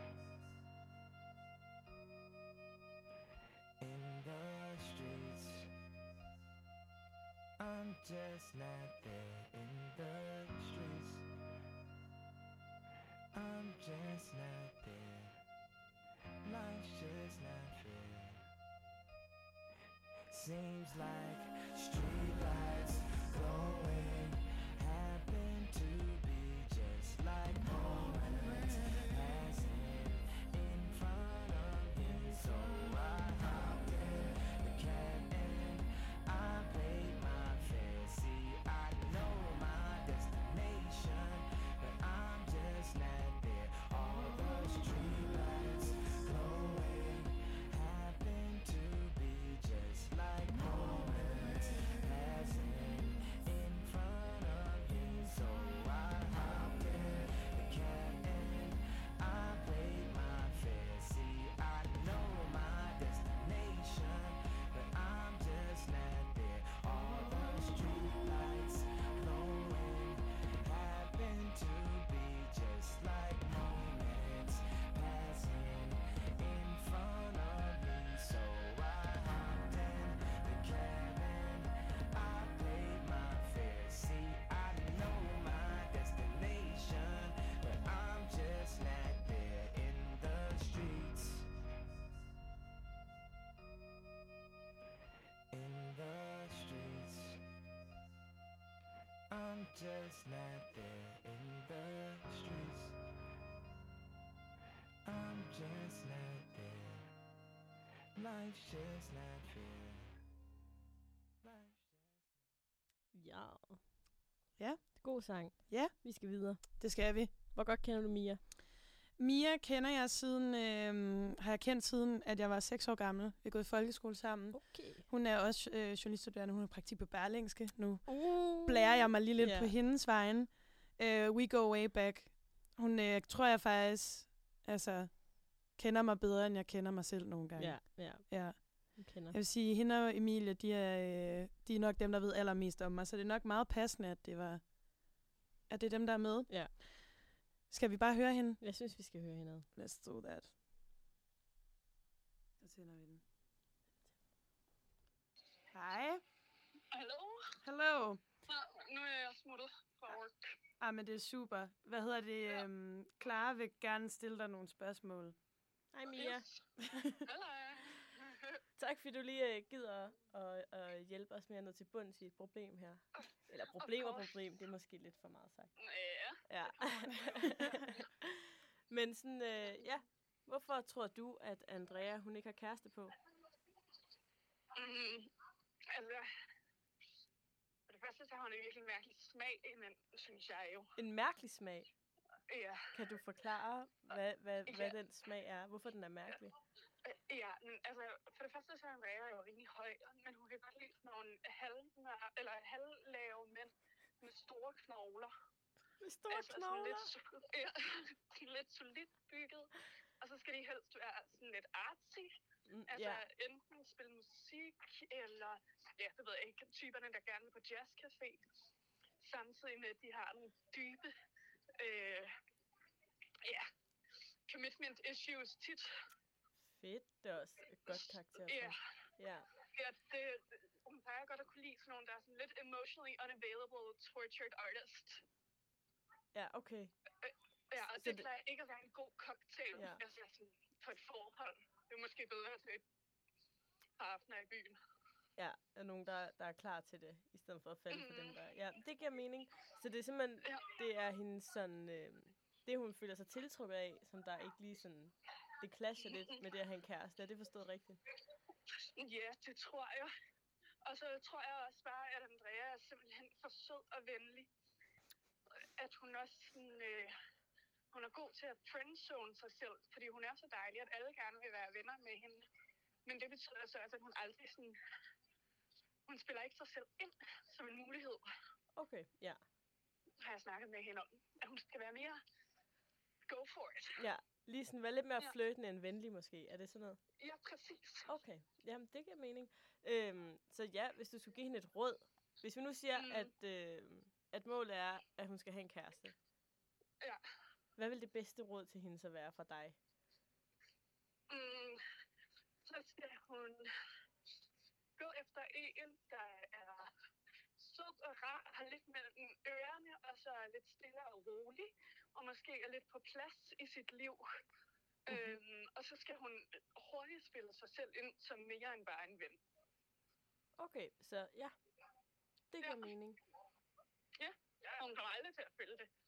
C: In the streets, I'm just not there in the streets. I'm just not there. Life's just not fair. Seems like street lights glowing happen to be just like moments passing in front of me. So I hopped in the cab and I paid my fare. See, I know my destination, but I'm just not there. All the street lights glowing happen to be just like moments passing in front of me. So I hopped in the cab and I paid my fare. See, I know my destination, but I'm just not there. All the street lights glowing happen to be just like moments passing in front of me. So I hopped in the cab and I paid my fare. See, I know my destination, but I'm just not there in the streets. In the streets, I'm just not there in the streets. I'm just not there. Life's just not fair. Life's
E: Ja.
B: Ja.
E: God sang.
B: Ja.
E: Vi skal videre.
B: Det skal vi.
E: Hvor godt kender du Mia?
B: Mia kender jeg siden, øh, har jeg kendt siden, at jeg var seks år gammel. Vi har gået i folkeskole sammen.
E: Okay.
B: Hun er også øh, journaliststuderende, hun er praktik på Berlingske. Nu
E: Uh.
B: blærer jeg mig lige lidt
E: Ja.
B: på hendes vejen. Uh, we go way back. Hun øh, tror jeg faktisk, altså, kender mig bedre, end jeg kender mig selv nogle gange.
E: Ja, ja.
B: Ja.
E: Jeg kender.
B: Jeg vil sige, hende og Emilie, de er, øh, de er nok dem, der ved allermest om mig, så det er nok meget passende, at det var, at det er dem, der er med.
E: Ja.
B: Skal vi bare høre hende?
E: Jeg synes, vi skal høre hende.
B: Let's do that. Så tænder vi den. Hej.
K: Hallo?
B: Hello.
K: Nå, nu er jeg smuttet fra work.
B: Ah, men det er super. Hvad hedder det? Ja. Øhm, Clara vil gerne stille dig nogle spørgsmål.
E: Hej Mia.
K: Yes. Hallo.
E: Tak fordi du lige uh, gider at, at hjælpe os med at nå til bunds i et problem her. Eller problem og
K: course.
E: problem, det er måske lidt for meget sagt.
K: Ja.
E: Ja. Men sådan, øh, ja. Hvorfor tror du, at Andrea, hun ikke har kæreste på?
K: Mm, altså, for det første så har hun en virkelig mærkelig smag i mænd, synes jeg jo.
E: En mærkelig smag?
K: Ja.
E: Kan du forklare, hvad, hvad,
K: Ja.
E: hvad den smag er? Hvorfor den er mærkelig?
K: Øh, Ja, men altså, for det første så er Andrea jo rimelig høj, men hun kan godt lide sådan nogle halvmør- eller halvlave mænd med store knogler.
E: Med store
K: altså,
E: knogler?
K: Sådan lidt, ja, lidt solidt bygget. Og så skal de helst være sådan lidt artsy.
E: Mm,
K: Altså
E: ja.
K: enten spille musik, eller ja, det ved jeg ikke, typerne, der gerne vil på jazzcafé. Samtidig med, at de har nogle dybe øh, ja, commitment issues tit.
E: Fedt, det er også et godt karakter.
K: Ja.
E: Ja.
K: Ja, det, hun plejer godt at kunne lide sådan nogle, der er sådan lidt emotionally unavailable, tortured artist.
E: Ja, okay.
K: Ja, og
E: Så
K: det, det
E: det-
K: plejer ikke at være en god cocktail,
E: Ja.
K: altså sådan på et forhold. Det er måske bedre til et par aftener i byen.
E: Ja, er nogen, der, der er klar til det, i stedet for at falde for dem, der... Ja, det giver mening. Så det er simpelthen,
K: Ja.
E: det er hendes sådan... Øh, det, hun føler sig tiltrukket af, som der ikke lige sådan... Det clasher lidt med det at have en kæreste. Er det forstået rigtigt?
K: Ja, det tror jeg. Og så tror jeg også bare, at Andrea er simpelthen for sød og venlig. At hun også sådan, øh, hun er god til at friendzone sig selv, fordi hun er så dejlig, at alle gerne vil være venner med hende. Men det betyder så også, at hun aldrig sådan, hun spiller ikke sig selv ind som en mulighed,
E: Okay, ja.
K: har jeg snakket med hende om. At hun skal være mere go for it.
E: Ja, lige sådan være lidt mere
K: Ja.
E: flirtende end venlig måske. Er det sådan noget?
K: Ja, præcis.
E: Okay, jamen det giver mening. Øhm, så ja, hvis du skulle give hende et råd. Hvis vi nu siger,
K: Mm.
E: at, øh, at målet er, at hun skal have en kæreste.
K: Ja.
E: Hvad vil det bedste råd til hende så være fra dig?
K: Mm, så skal hun gå efter en, der er sød og rar, har lidt mellem ørerne, og så er lidt stille og rolig, og måske er lidt på plads i sit liv. Mm-hmm. Øhm, og så skal hun hurtigt spille sig selv ind som mere end bare en ven.
E: Okay, så ja. Det giver
K: Ja.
E: mening.
K: Ja, og hun kommer aldrig til at følge det.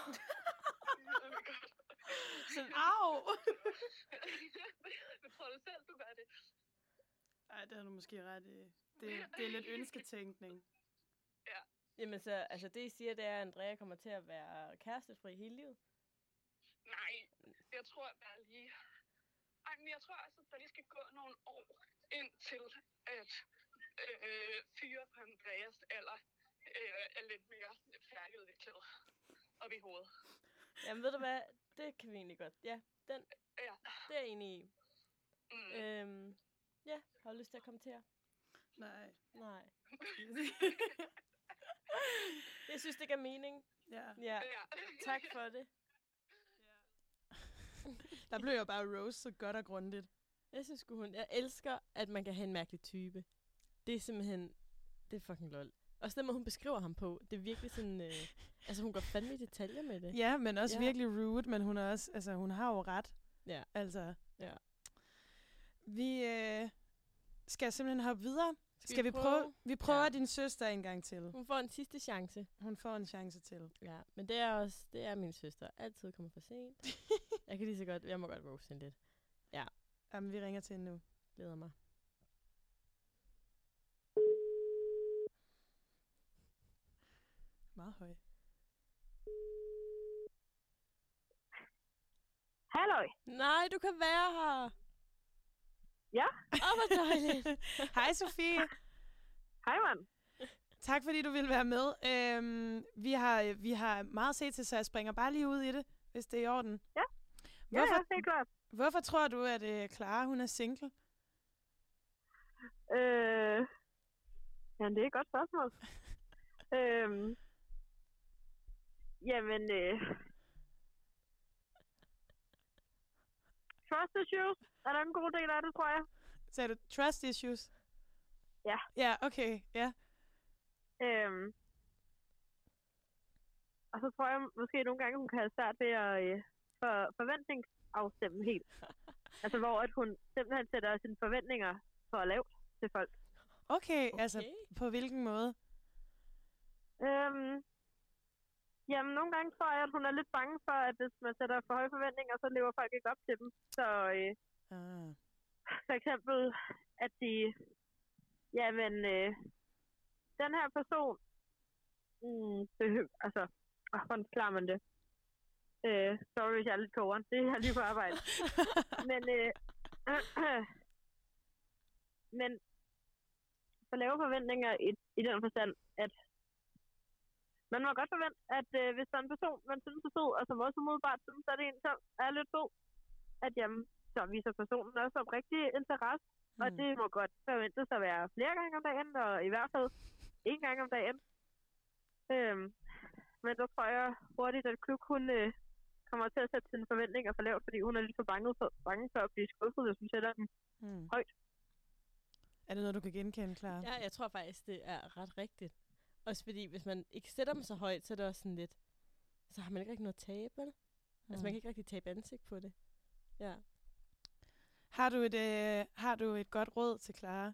E: Så,
B: Au!
K: Jeg tror du selv, du gør det.
B: Ej, det har du måske ret i. Det, det er lidt ønsketænkning.
E: jamen så, altså det I siger, det er, at Andrea kommer til at være kærestefri hele livet.
K: Nej, jeg tror bare lige... Ej, men jeg tror også, at der lige skal gå nogle år indtil, at øh, fyre på Andreas alder øh, er lidt mere færdigudviklet op i hovedet.
E: Jamen ved du hvad, det kan vi egentlig godt. Ja, den,
K: Ja.
E: det er jeg enig i.
K: Mm.
E: Øhm, ja, har du lyst til at kommentere?
B: Nej.
E: Nej. Jeg synes, det giver mening.
B: Ja.
E: Ja,
K: Ja.
E: tak for det.
B: Der blev jeg bare roastet godt og grundigt.
E: Jeg synes sgu, hun... Jeg elsker, at man kan have en mærkelig type. Det er simpelthen... Det er fucking lol. Også den måde, hun beskriver ham på. Det er virkelig sådan... Øh, altså, hun går fandme i detaljer med det.
B: Ja, men også
E: Ja.
B: ja. virkelig rude, men hun er også, altså hun har jo ret.
E: Ja.
B: Altså.
E: Ja.
B: Vi øh, skal simpelthen hoppe videre.
E: Skal
B: Skal,
E: vi
B: vi prøve?
E: prøve?
B: Vi prøver
E: Ja.
B: ja. din søster en gang til.
E: Hun får en sidste chance.
B: Hun får en chance til.
E: Ja, men det er også... Det er min søster. Altid kommer for sent. Jeg kan lige så godt... Jeg må godt roast hende lidt. Ja.
B: Jamen, vi ringer til hende nu.
E: Glæder mig.
B: Meget høj.
F: Halløj.
E: Nej, du kan være her.
F: Ja.
E: Åh, hvor dejligt.
B: Hej, Sofie.
F: Hej, mand.
B: Tak, fordi du ville være med. Øhm, vi, har, vi har meget set til, så jeg springer bare lige ud i det, hvis det er i orden.
F: Ja.
B: Hvorfor,
F: Ja, ja, det er klart.
B: hvorfor tror du, at uh, Clara hun er single?
F: Øh, ja, det er et godt spørgsmål. øhm, jamen, øh, trust issues er der en god del af det, tror jeg.
B: Sagde du trust issues?
F: Ja.
B: Ja, okay, ja.
F: Øhm, og så tror jeg måske nogle gange, hun kan have svært ved at øh, for, forventningsafstemme helt. Altså, hvor at hun simpelthen sætter sine forventninger for lavt til folk.
B: Okay,
E: Okay.
B: altså på hvilken måde?
F: Øhm,
L: Jamen, nogle gange tror jeg, at hun er lidt bange for, at hvis man sætter for høje forventninger, så lever folk ikke op til dem. Så øh,
B: Ah.
L: for eksempel, at de, jamen, øh, den her person, mm, behøver, altså, åh, hvordan klarer man det? Øh, sorry, hvis jeg er lidt kogeren. Det er jeg lige på arbejde. men, øh, øh, men for lave forventninger i, i den forstand, at man må godt forvente, at øh, hvis der er en person, man synes er fed, og som også umiddelbart synes, at det er en, som er lidt fed, at jamen, så viser personen også oprigtig interesse, mm. og det må godt forventes at være flere gange om dagen, og i hvert fald en gang om dagen. Øhm, men så tror jeg hurtigt, at Kluk, hun øh, kommer til at sætte sine forventninger for lavt, fordi hun er lidt for bange for, bange for at blive skuffet, hvis hun sætter dem
B: Mm.
L: højt.
B: Er det noget, du kan genkende, Clara?
E: Ja, jeg tror faktisk, det er ret rigtigt. Også fordi, hvis man ikke sætter dem så højt, så er det også sådan lidt, så har man ikke rigtig noget tab, vel? Mm. Altså, man kan ikke rigtig tabe ansigt på det. Ja.
B: Har du et, øh, har du et godt råd til Clara?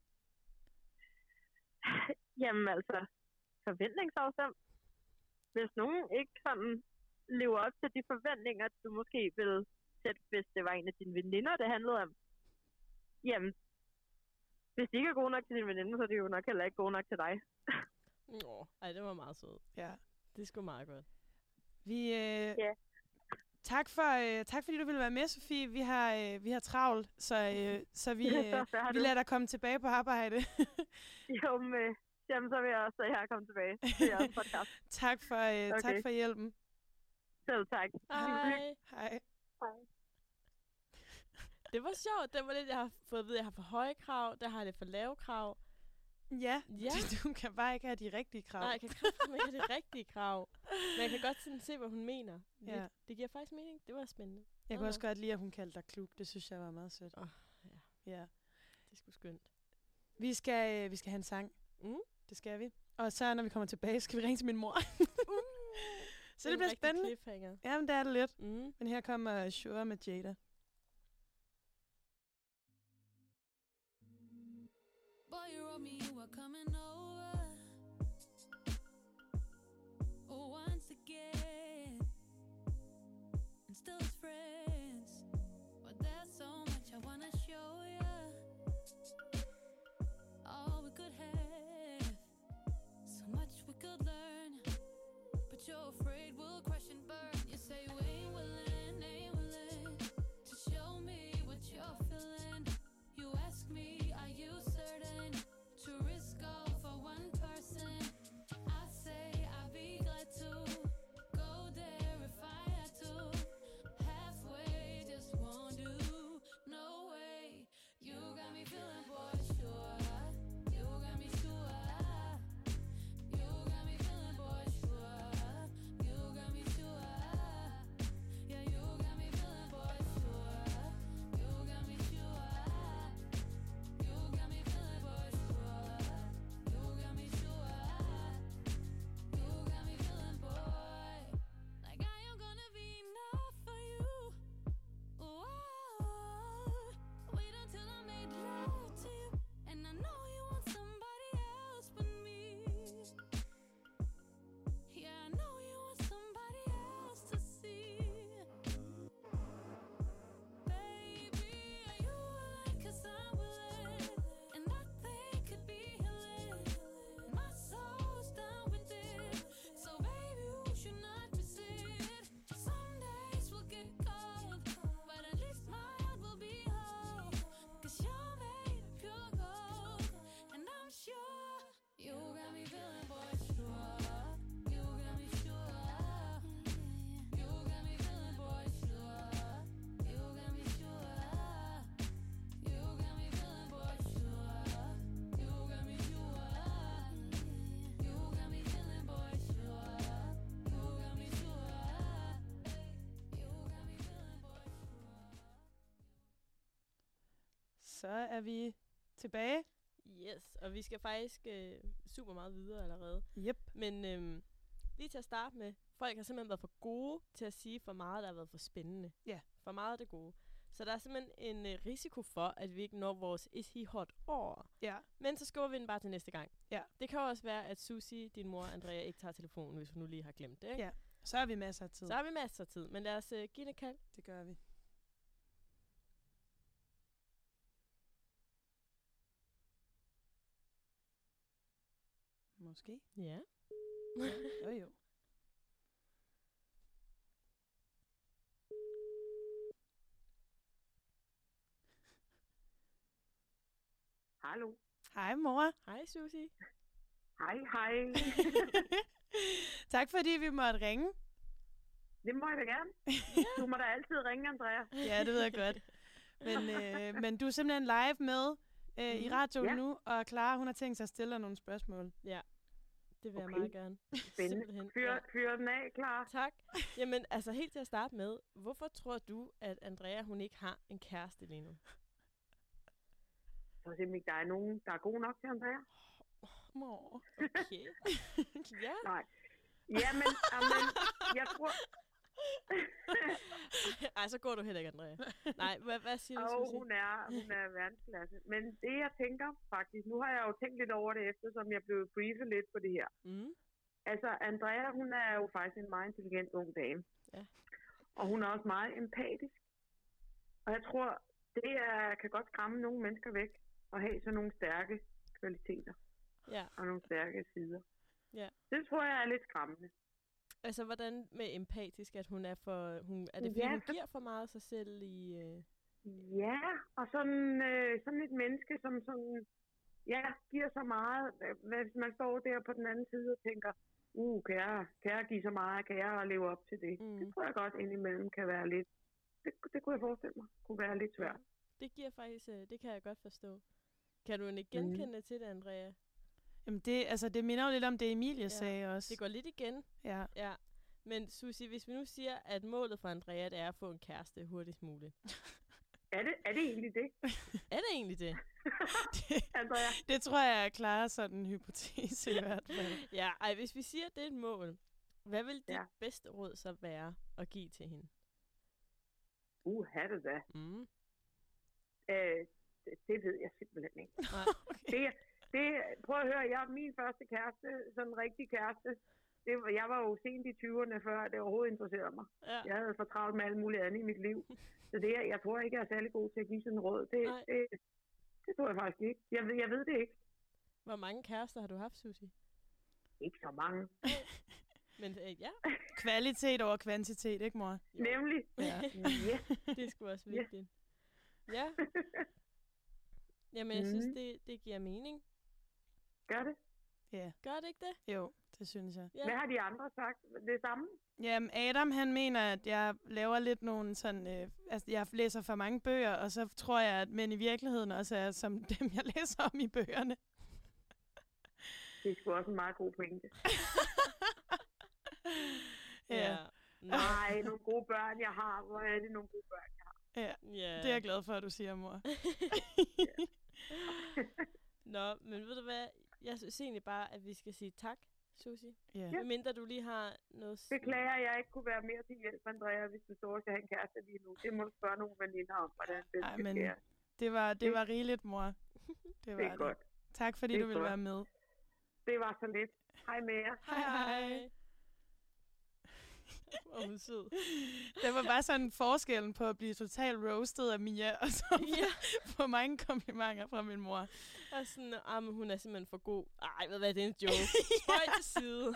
L: Jamen altså, forventningsafstemt. Hvis nogen ikke sådan lever op til de forventninger, du måske ville sætte, hvis det var en af dine veninder, det handlede om, jamen, hvis de ikke er gode nok til dine veninder, så er de jo nok heller ikke gode nok til dig.
E: Nå, ej, det var meget sødt.
B: Ja.
E: Det er sgu meget godt.
B: Vi, øh,
L: Ja.
B: tak, for, øh, tak fordi du ville være med, Sofie. Vi har, øh, vi har travlt, så, øh, så vi,
L: Så
B: øh,
L: fair
B: vi
L: du.
B: lader dig komme tilbage på arbejde.
L: Jo, men jamen, så vil jeg også her komme tilbage til jeres podcast.
B: tak, for, øh,
L: Okay.
B: tak for hjælpen.
L: Selv tak.
E: Hej.
B: Hej.
L: Hej.
E: Det var sjovt. Det var lidt, jeg har fået at vide, at jeg har for høje krav. Der har jeg lidt for lave krav.
B: Ja,
E: Ja.
B: du kan bare ikke have de rigtige krav.
E: Nej, jeg kan kraftigt ikke have det rigtige krav. Men jeg kan godt sådan se, hvad hun mener.
B: Ja.
E: Lidt. Det giver faktisk mening. Det var spændende.
B: Jeg
E: Nå,
B: kunne også
E: nå.
B: godt lide, at hun kaldte dig klug. Det synes jeg var meget sødt.
E: Åh, ja.
B: Ja.
E: Det er sgu skønt.
B: Vi skal, øh, vi skal have en sang.
E: Mm.
B: Det skal vi. Og så når vi kommer tilbage, skal vi ringe til min mor. Så det
E: en
B: bliver
E: rigtig
B: spændende.
E: cliffhanger.
B: Jamen, det er det lidt.
E: Mm.
B: Men her kommer Shure med Jada.
M: Boy, you wrote me you were coming over. Oh, once again. And still as friends. But there's so much I wanna show ya. All we could have. So much we could learn. But you're afraid we'll crash and burn. You say we ain't willing, ain't willing to show me what you're feeling. You ask me, are you certain to risk all for one person? I say I'd be glad to go there if I had to. Halfway just won't do. No way. You got me feeling boy sure. You got me sure. You got me feeling boy sure. You got me sure. Yeah, you got me feeling boy sure. You got me sure. You got me feeling boy sure. You got me sure. You got me feeling boy like I am gonna be enough for you. Whoa. Wait until I made love to you, and I know you want somebody else but me. Yeah, I know you want somebody else to see. Baby, are you willing? 'Cause I'm willing, and nothing could be healing. My soul's down with it, so baby, you should not resist. Some days will get cold, but at least my heart will be whole. 'Cause you're made of pure gold, and I'm sure you got me feeling boy sure. You got me sure. You got me feeling boy sure. You got me sure. You got me feeling boy sure. You got me sure. You got me feeling boy sure. You got me sure. You got me feeling boy sure.
B: Så er vi tilbage.
E: Yes, og vi skal faktisk øh, super meget videre allerede.
B: Yep.
E: Men øhm, lige til at starte med, folk har simpelthen været for gode til at sige for meget, der har været for spændende.
B: Ja.
E: For meget af det gode. Så der er simpelthen en øh, risiko for, at vi ikke når vores Is He Hot år.
B: Ja.
E: Men så skubber vi den bare til næste gang.
B: Ja.
E: Det kan jo også være, at Susie, din mor, Andrea, ikke tager telefonen, hvis hun nu lige har glemt det, ikke?
B: Ja. Så har vi masser af tid.
E: Så har vi masser af tid. Men lad os øh, give det kald.
B: Det gør vi. Måske.
E: Ja.
B: Jo, jo.
L: Hallo.
B: Hej, mor.
E: Hej, Susie.
L: Hej, hej.
B: Tak fordi vi måtte ringe.
L: Det må jeg da gerne. Du må da altid ringe, Andrea.
B: Ja, det ved jeg godt. Men, øh, men du er simpelthen live med øh, mm. i radioen
L: Ja.
B: nu, og Clara, hun har tænkt sig at stille dig nogle spørgsmål.
E: Ja, det vil
L: Okay.
E: jeg meget gerne.
L: Spændende. Fyr, fyr den af, klar.
E: Tak. Jamen, altså helt til at starte med, hvorfor tror du, at Andrea, hun ikke har en kæreste lige nu?
L: Jeg tror simpelthen ikke, der er nogen, der er god nok til Andrea.
B: Mor.
E: Okay. Ja.
L: Nej. Jamen, amen, jeg tror...
E: Ej, så går du heller ikke, Andrea. Nej, hvad, hvad siger du,
L: Åh,
E: Susie?
L: hun er, hun er verdensklasse. Men det, jeg tænker faktisk, nu har jeg jo tænkt lidt over det, eftersom jeg blev briefet lidt på det her.
E: Mm.
L: Altså, Andrea, hun er jo faktisk en meget intelligent ung dame.
E: Ja.
L: Og hun er også meget empatisk. Og jeg tror, det er, kan godt skræmme nogle mennesker væk, at have sådan nogle stærke kvaliteter.
E: Ja.
L: Og nogle stærke sider.
E: Ja.
L: Det tror jeg er lidt skræmmende.
E: Altså, hvordan med empatisk, at hun er for... Hun, er det fordi,
L: Ja,
E: hun
L: så-
E: giver for meget af sig selv i... Øh...
L: Ja, og sådan, øh, sådan et menneske, som sådan, ja, giver så meget. Hvad- Hvis man står der på den anden side og tænker, uh, kan jeg, kan jeg give så meget, kan jeg leve op til det?
E: Mm.
L: Det tror jeg godt indimellem kan være lidt, det, det kunne jeg forestille mig, kunne være lidt svært.
E: Det giver faktisk... Øh, det kan jeg godt forstå. Kan du ikke genkende mm. til det, Andrea?
B: Jamen, det, altså, det minder jo lidt om det, Emilie ja. sagde også.
E: Det går lidt igen.
B: Ja.
E: Ja. Men Susie, hvis vi nu siger, at målet for Andrea, det er at få en kæreste hurtigst muligt.
L: Er det, er det egentlig det?
E: Er det egentlig det?
L: Andrea?
B: Det tror jeg er Clara sådan en hypotese i hvert fald.
E: Ja, ej, hvis vi siger, at det er et mål, hvad vil dit
L: Ja.
E: bedste råd så være at give til hende?
L: Uh, har det da.
E: Mm.
L: Øh, det, det ved jeg simpelthen ikke.
E: Nej.
L: Det, det, prøv at høre, jeg er min første kæreste, sådan en rigtig kæreste. Det, var- jeg var jo sent i tyverne, før det overhovedet interesserede mig.
E: Ja.
L: Jeg havde for travlt med alt muligt andet i mit liv. Så det, jeg tror ikke, jeg er særlig god til at give sådan en råd. Det,
E: Nej.
L: det, det tror jeg faktisk ikke. Jeg ved, jeg ved det ikke.
E: Hvor mange kærester har du haft, Susie?
L: Ikke så mange.
E: Men øh, ja.
B: Kvalitet over kvantitet, ikke mor?
L: Nemlig.
B: Ja.
L: Ja.
E: Det er sgu også
L: Ja.
E: vigtigt. Ja. Jamen, jeg synes,
L: Mhm.
E: det, det giver mening.
L: Gør det?
B: Ja.
E: Gør det ikke det?
B: Jo, det synes jeg.
E: Ja.
L: Hvad har de andre sagt? Det samme?
B: Jamen, Adam, han mener, at jeg laver lidt nogle sådan... Øh, altså, jeg læser for mange bøger, og så tror jeg, at mænd i virkeligheden også er som dem, jeg læser om i bøgerne.
L: Det er sgu også en meget god pointe.
B: Ja.
L: Nej, nogle gode børn, jeg har. Hvor er det nogle gode børn, jeg har?
B: Ja,
E: Ja.
B: det er jeg glad for, at du siger, mor.
E: Nå, men ved du hvad? Jeg synes egentlig bare, at vi skal sige tak, Susie.
B: Ja.
E: Medmindre du lige har noget... s-
L: Beklager, at jeg ikke kunne være mere til hjælp, Andrea, hvis du står og skal have en kæreste lige nu. Det må du spørge nogle veninder om, hvordan det
B: Ej,
L: skal
B: men
L: ske.
B: det var, det var rigeligt, mor. Det var
L: Det er godt.
B: Tak, fordi
L: Det er
B: du ville
L: godt.
B: være med.
L: Det var så lidt. Hej med jer.
B: Hej, hej.
E: Hvor er hun sød.
B: Det var bare sådan forskellen på at blive totalt roasted af Mia, og så
E: Ja.
B: få mange komplimenter fra min mor.
E: Og sådan, ah, men hun er simpelthen for god. Ej, ved du hvad, det er en joke. Spøj til side.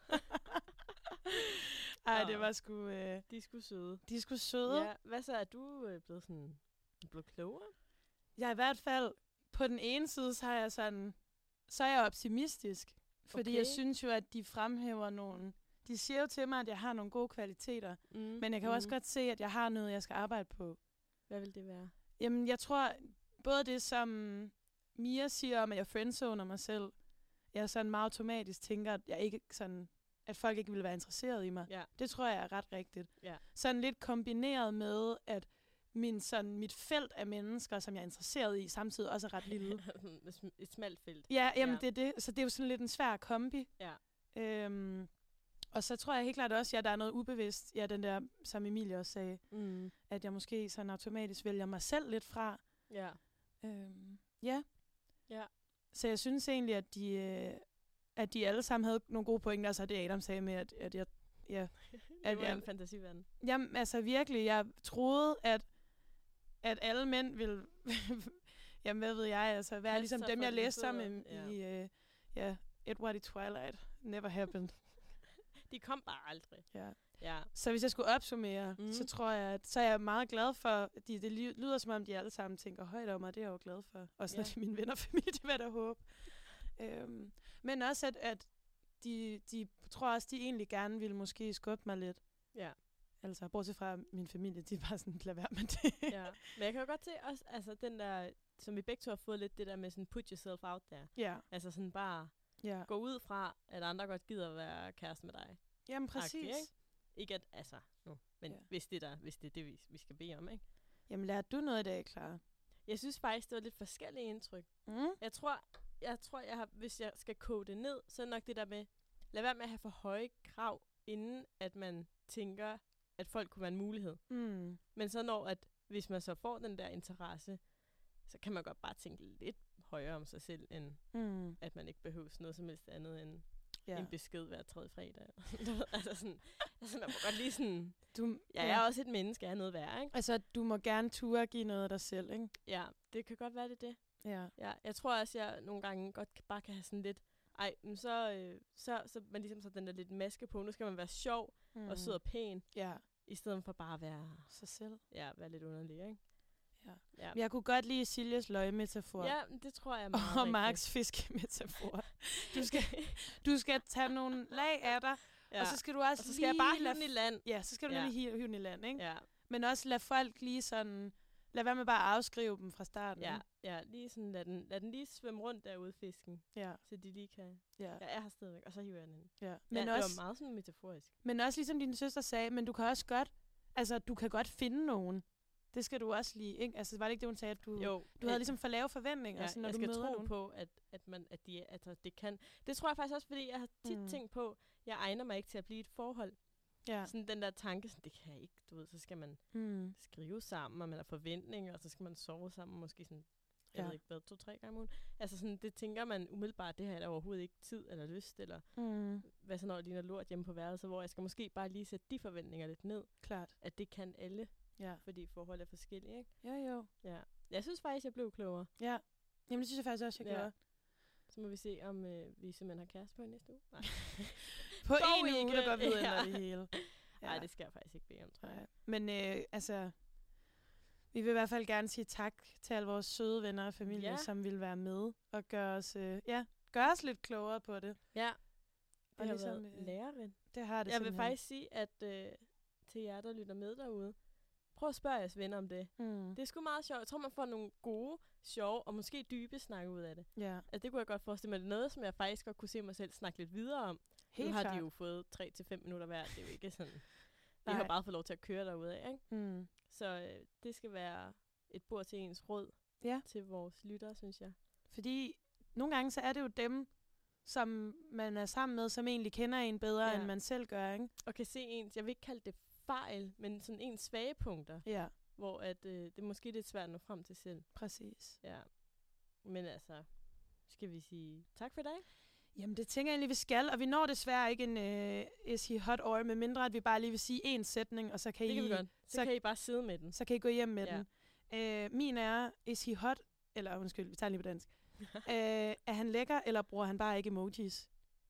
B: Ej,
E: Nå.
B: det var sgu... Øh,
E: De er sgu søde.
B: de er sgu søde.
E: Ja, hvad så? Er du øh, blevet sådan... blevet klogere?
B: Jeg er i hvert fald... På den ene side, så er jeg sådan... Så er jeg optimistisk. Fordi
E: Okay.
B: jeg synes jo, at de fremhæver nogle... De siger jo til mig, at jeg har nogle gode kvaliteter.
E: Mm.
B: Men jeg kan mm. også godt se, at jeg har noget, jeg skal arbejde på.
E: Hvad vil det være?
B: Jamen, jeg tror, både det, som Mia siger om, at jeg friendzoner mig selv, jeg sådan meget automatisk tænker, at jeg ikke sådan, at folk ikke vil være interesseret i mig.
E: Ja.
B: Det tror jeg er ret rigtigt.
E: Ja.
B: Sådan lidt kombineret med, at min, sådan, mit felt af mennesker, som jeg er interesseret i, samtidig også er ret lille.
E: Et smalt felt.
B: Ja, jamen
E: Ja.
B: ja. det er det. Så det er jo sådan lidt en svær kombi.
E: Ja.
B: Øhm, Og så tror jeg helt klart også, at der er noget ubevidst, ja, den der, som Emilie også sagde,
E: Mm.
B: at jeg måske sådan automatisk vælger mig selv lidt fra.
E: Ja.
B: Øhm, ja.
E: Ja.
B: Så jeg synes egentlig, at de, øh, at de alle sammen havde nogle gode pointer, og så det Adam sagde med, at, at jeg... Ja,
E: Det var en fantasiverden.
B: Jamen, altså virkelig, jeg troede, at, at alle mænd ville... jamen, hvad ved jeg, altså være
E: Kaste
B: ligesom
E: sig
B: dem,
E: for
B: jeg
E: dine
B: læste sammen
E: fødder,
B: i,
E: ja.
B: øh, ja, Edward i Twilight. Never happened.
E: De kom bare aldrig.
B: Ja.
E: Ja.
B: Så hvis jeg skulle opsummere,
E: Mhm.
B: mm. så tror jeg, at så er jeg meget glad for, at de, det ly- lyder som om, de alle sammen tænker højt om mig, det er jeg jo glad for. Også når
E: Ja.
B: det er mine venner og familie, det vil jeg da håbe. Øhm, men også, at, at de, de tror også, de egentlig gerne ville måske skubbe mig lidt.
E: Ja.
B: Altså, bortset fra min familie, de er bare sådan, lad være med det.
E: Ja. Men jeg kan jo godt se også, altså den der, som vi begge to har fået lidt, det der med sådan put yourself out there.
B: Ja.
E: Altså sådan bare
B: Ja.
E: gå ud fra, at andre godt gider at være kæreste med dig.
B: Jamen,
E: Agtigt,
B: præcis.
E: ikke? Ikke at, altså, nu, men
B: Ja.
E: ja. hvis, det der, hvis det er det, vi, vi skal bede om, ikke?
B: Jamen, lærte du noget i dag, Clara?
E: Jeg synes faktisk, det var lidt forskellige indtryk.
B: Mm.
E: Jeg tror, jeg tror, jeg har, hvis jeg skal kode det ned, så er det nok det der med, lad være med at have for høje krav, inden at man tænker, at folk kunne være en mulighed.
B: Mm.
E: Men så når, at hvis man så får den der interesse, så kan man godt bare tænke lidt højere om sig selv, end
B: Mm.
E: at man ikke behøver noget som helst andet end
B: Ja.
E: en besked hver tredje fredag. Du ved, altså sådan, altså man må godt lige sådan,
B: Du,
E: ja, jeg er også et menneske, jeg er noget værd, ikke?
B: Altså, du må gerne ture give noget af dig selv, ikke?
E: Ja, det kan godt være, det er det.
B: Ja.
E: Ja, jeg tror også, jeg nogle gange godt kan- bare kan have sådan lidt, ej, men så, øh, så, så man ligesom så den der lidt maske på. Nu skal man være sjov
B: Mm.
E: mm. og sød og pæn,
B: Ja.
E: i stedet for bare at være,
B: Sig selv.
E: ja, være lidt underlig, ikke?
B: Ja.
E: Ja,
B: Jeg kunne godt lide Siljes løgmetafor.
E: ja men det tror jeg er meget
B: Og
E: rigtigt.
B: Marks fiskemetafor. Du skal, du skal tage nogle lag af dig,
E: Ja.
B: og så skal du også
E: Og så skal jeg
B: lige
E: bare hive
B: lade
E: den i
B: f-
E: land.
B: Ja, så skal du
E: Ja.
B: lige hive, hive den i land, ikke?
E: Ja,
B: Men også lad folk lige sådan... Lad være med bare at afskrive dem fra starten.
E: ja,
B: ikke?
E: ja, lige sådan, lad den, lad den lige svømme rundt derude, fisken,
B: Ja,
E: så de lige kan,
B: ja,
E: jeg er her stadigvæk, og så hiver jeg den ind.
B: ja.
E: Men
B: Men,
E: ja,
B: også,
E: det var meget sådan metaforisk.
B: men også ligesom din søster sagde, men du kan også godt... Altså, du kan godt finde nogen. Det skal du også lige, ikke? Altså, var det ikke det, hun sagde, at du,
E: Jo,
B: du havde ligesom for lave forventninger,
E: ja,
B: sådan, når
E: jeg
B: du
E: skal
B: møder
E: tro
B: nogen?
E: på, at, at, man, at de, altså, det kan. Det tror jeg faktisk også, fordi jeg har tit
B: Mm.
E: mm. tænkt på, jeg egner mig ikke til at blive et forhold.
B: Ja.
E: Sådan den der tanke, sådan, det kan jeg ikke, du ved, så skal man
B: Mm.
E: skrive sammen, og man har forventninger, og så skal man sove sammen, måske sådan, jeg
B: Ja.
E: ved ikke hvad, to-tre gange om ugen. Altså sådan, det tænker man umiddelbart, det har jeg da overhovedet ikke tid eller lyst, eller
B: Mm.
E: hvad så når det ligner lort hjemme på værelset, hvor jeg skal måske bare lige sætte de forventninger lidt ned,
B: Klart.
E: at det kan alle,
B: Ja.
E: fordi forhold er forskellige, ikke?
B: Jo, jo.
E: Ja. Jeg synes faktisk, jeg blev klogere.
B: Ja. Jamen, det synes jeg faktisk også, jeg
E: Ja.
B: gjorde.
E: Så må vi se, om øh, vi simpelthen har kæreste på i næste uge. Nej.
B: På
E: Dog
B: en uge,
E: ikke.
B: der går vi ud
E: Ja.
B: det hele.
E: Nej, det skal jeg faktisk ikke bede om, tror jeg.
B: Nej. Men øh, altså, vi vil i hvert fald gerne sige tak til alle vores søde venner og familie,
E: Ja.
B: som vil være med og gøre os, øh, ja, gøre os lidt klogere på det.
E: Ja, det
B: Og
E: har
B: ligesom,
E: været
B: øh,
E: lærerigt.
B: Det har det
E: Jeg vil
B: simpelthen.
E: faktisk sige, at øh, til jer, der lytter med derude, prøv at spørge jeres venner om det.
B: Mm.
E: Det er sgu meget sjovt. Jeg tror, man får nogle gode, sjove og måske dybe snakke ud af det.
B: Ja,
E: Altså, det kunne jeg godt forestille mig. Det er noget, som jeg faktisk godt kunne se mig selv snakke lidt videre om.
B: helt
E: nu har
B: klart.
E: de jo fået tre til fem minutter hver. Det er jo ikke sådan... Vi
B: Nej.
E: har bare fået lov til at køre derude af, ikke?
B: Mm.
E: Så øh, det skal være et bord til ens råd
B: Ja.
E: til vores lyttere, synes jeg.
B: Fordi nogle gange så er det jo dem, som man er sammen med, som egentlig kender en bedre,
E: Ja.
B: end man selv gør, ikke?
E: Og kan se ens, jeg vil ikke kalde det fejl, men sådan ens svage punkter,
B: Ja,
E: hvor at, øh, det er måske lidt svært at nå frem til selv.
B: præcis.
E: Ja. Men altså, skal vi sige tak for i dag?
B: Jamen, det tænker jeg egentlig, vi skal, og vi når desværre ikke en uh, Is He Hot Or, med mindre at vi bare lige vil sige en sætning, og så kan,
E: Det
B: I,
E: kan vi godt. Så,
B: så-
E: kan I bare sidde med den.
B: så kan I gå hjem med
E: Ja.
B: den. Uh, min er, Is He Hot, eller undskyld, vi tager den lige på dansk. uh, er han lækker, eller bruger han bare ikke emojis?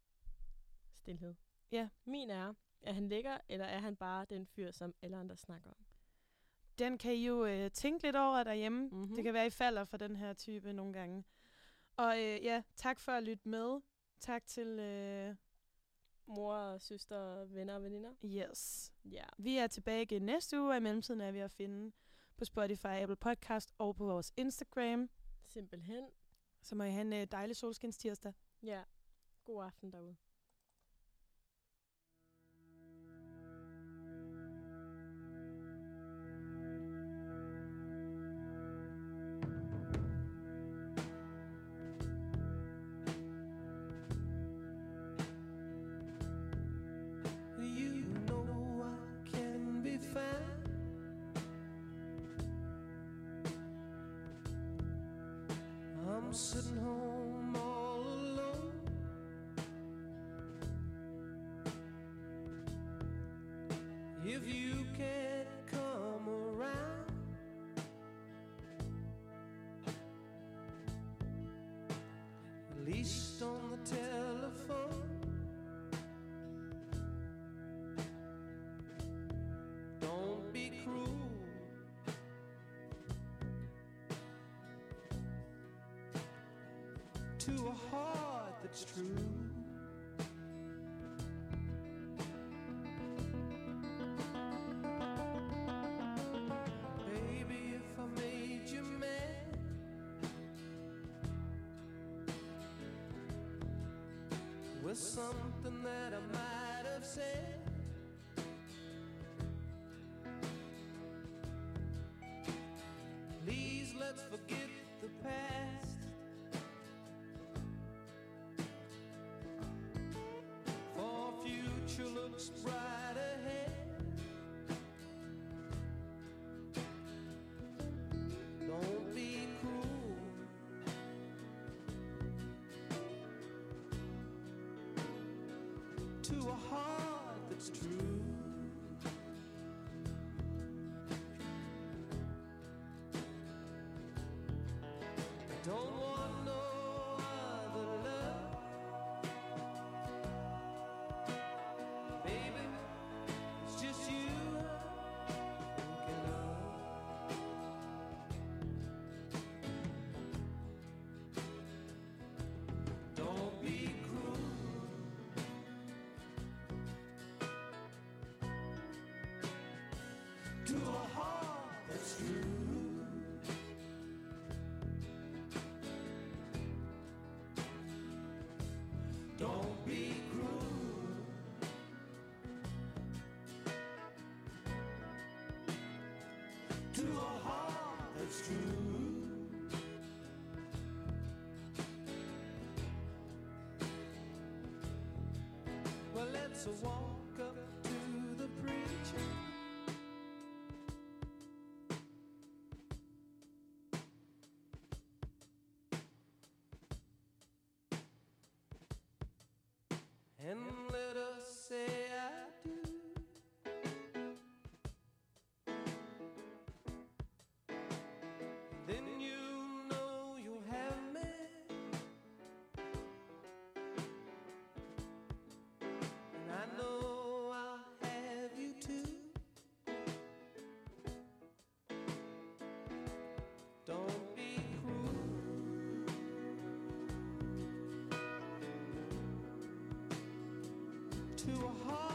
E: Stilhed.
B: Ja.
E: Min er, er han lækker, eller er han bare den fyr, som alle andre snakker om?
B: Den kan I jo uh, tænke lidt over derhjemme.
E: Mhm.
B: Det kan være, I falder for den her type nogle gange. Og uh, ja, tak for at lytte med. Tak til... Uh,
E: Mor, søster, venner og veninder?
B: yes.
E: Ja.
B: Vi er tilbage igen næste uge, og i mellemtiden er vi at finde på Spotify, Apple Podcast og på vores Instagram.
E: Simpelthen.
B: Så må I have en uh, dejlig solskinstirsdag.
E: Ja. God aften derude.
C: if you can't come around. At least on the telephone. Don't be cruel to a heart that's true. Baby, if I made you mad, with something that I might have said, please let's forget the past. For future looks bright ahead. Don't be cruel to a heart that's true. I don't want no other love, baby. It's just you I'm thinking of. Don't be cruel to a heart that's true. Don't be cruel to a heart that's true. Well, let's walk up to the preacher. And let us say I do. Then you know you'll have me. And I know I'll have you too. Don't be cruel to a heart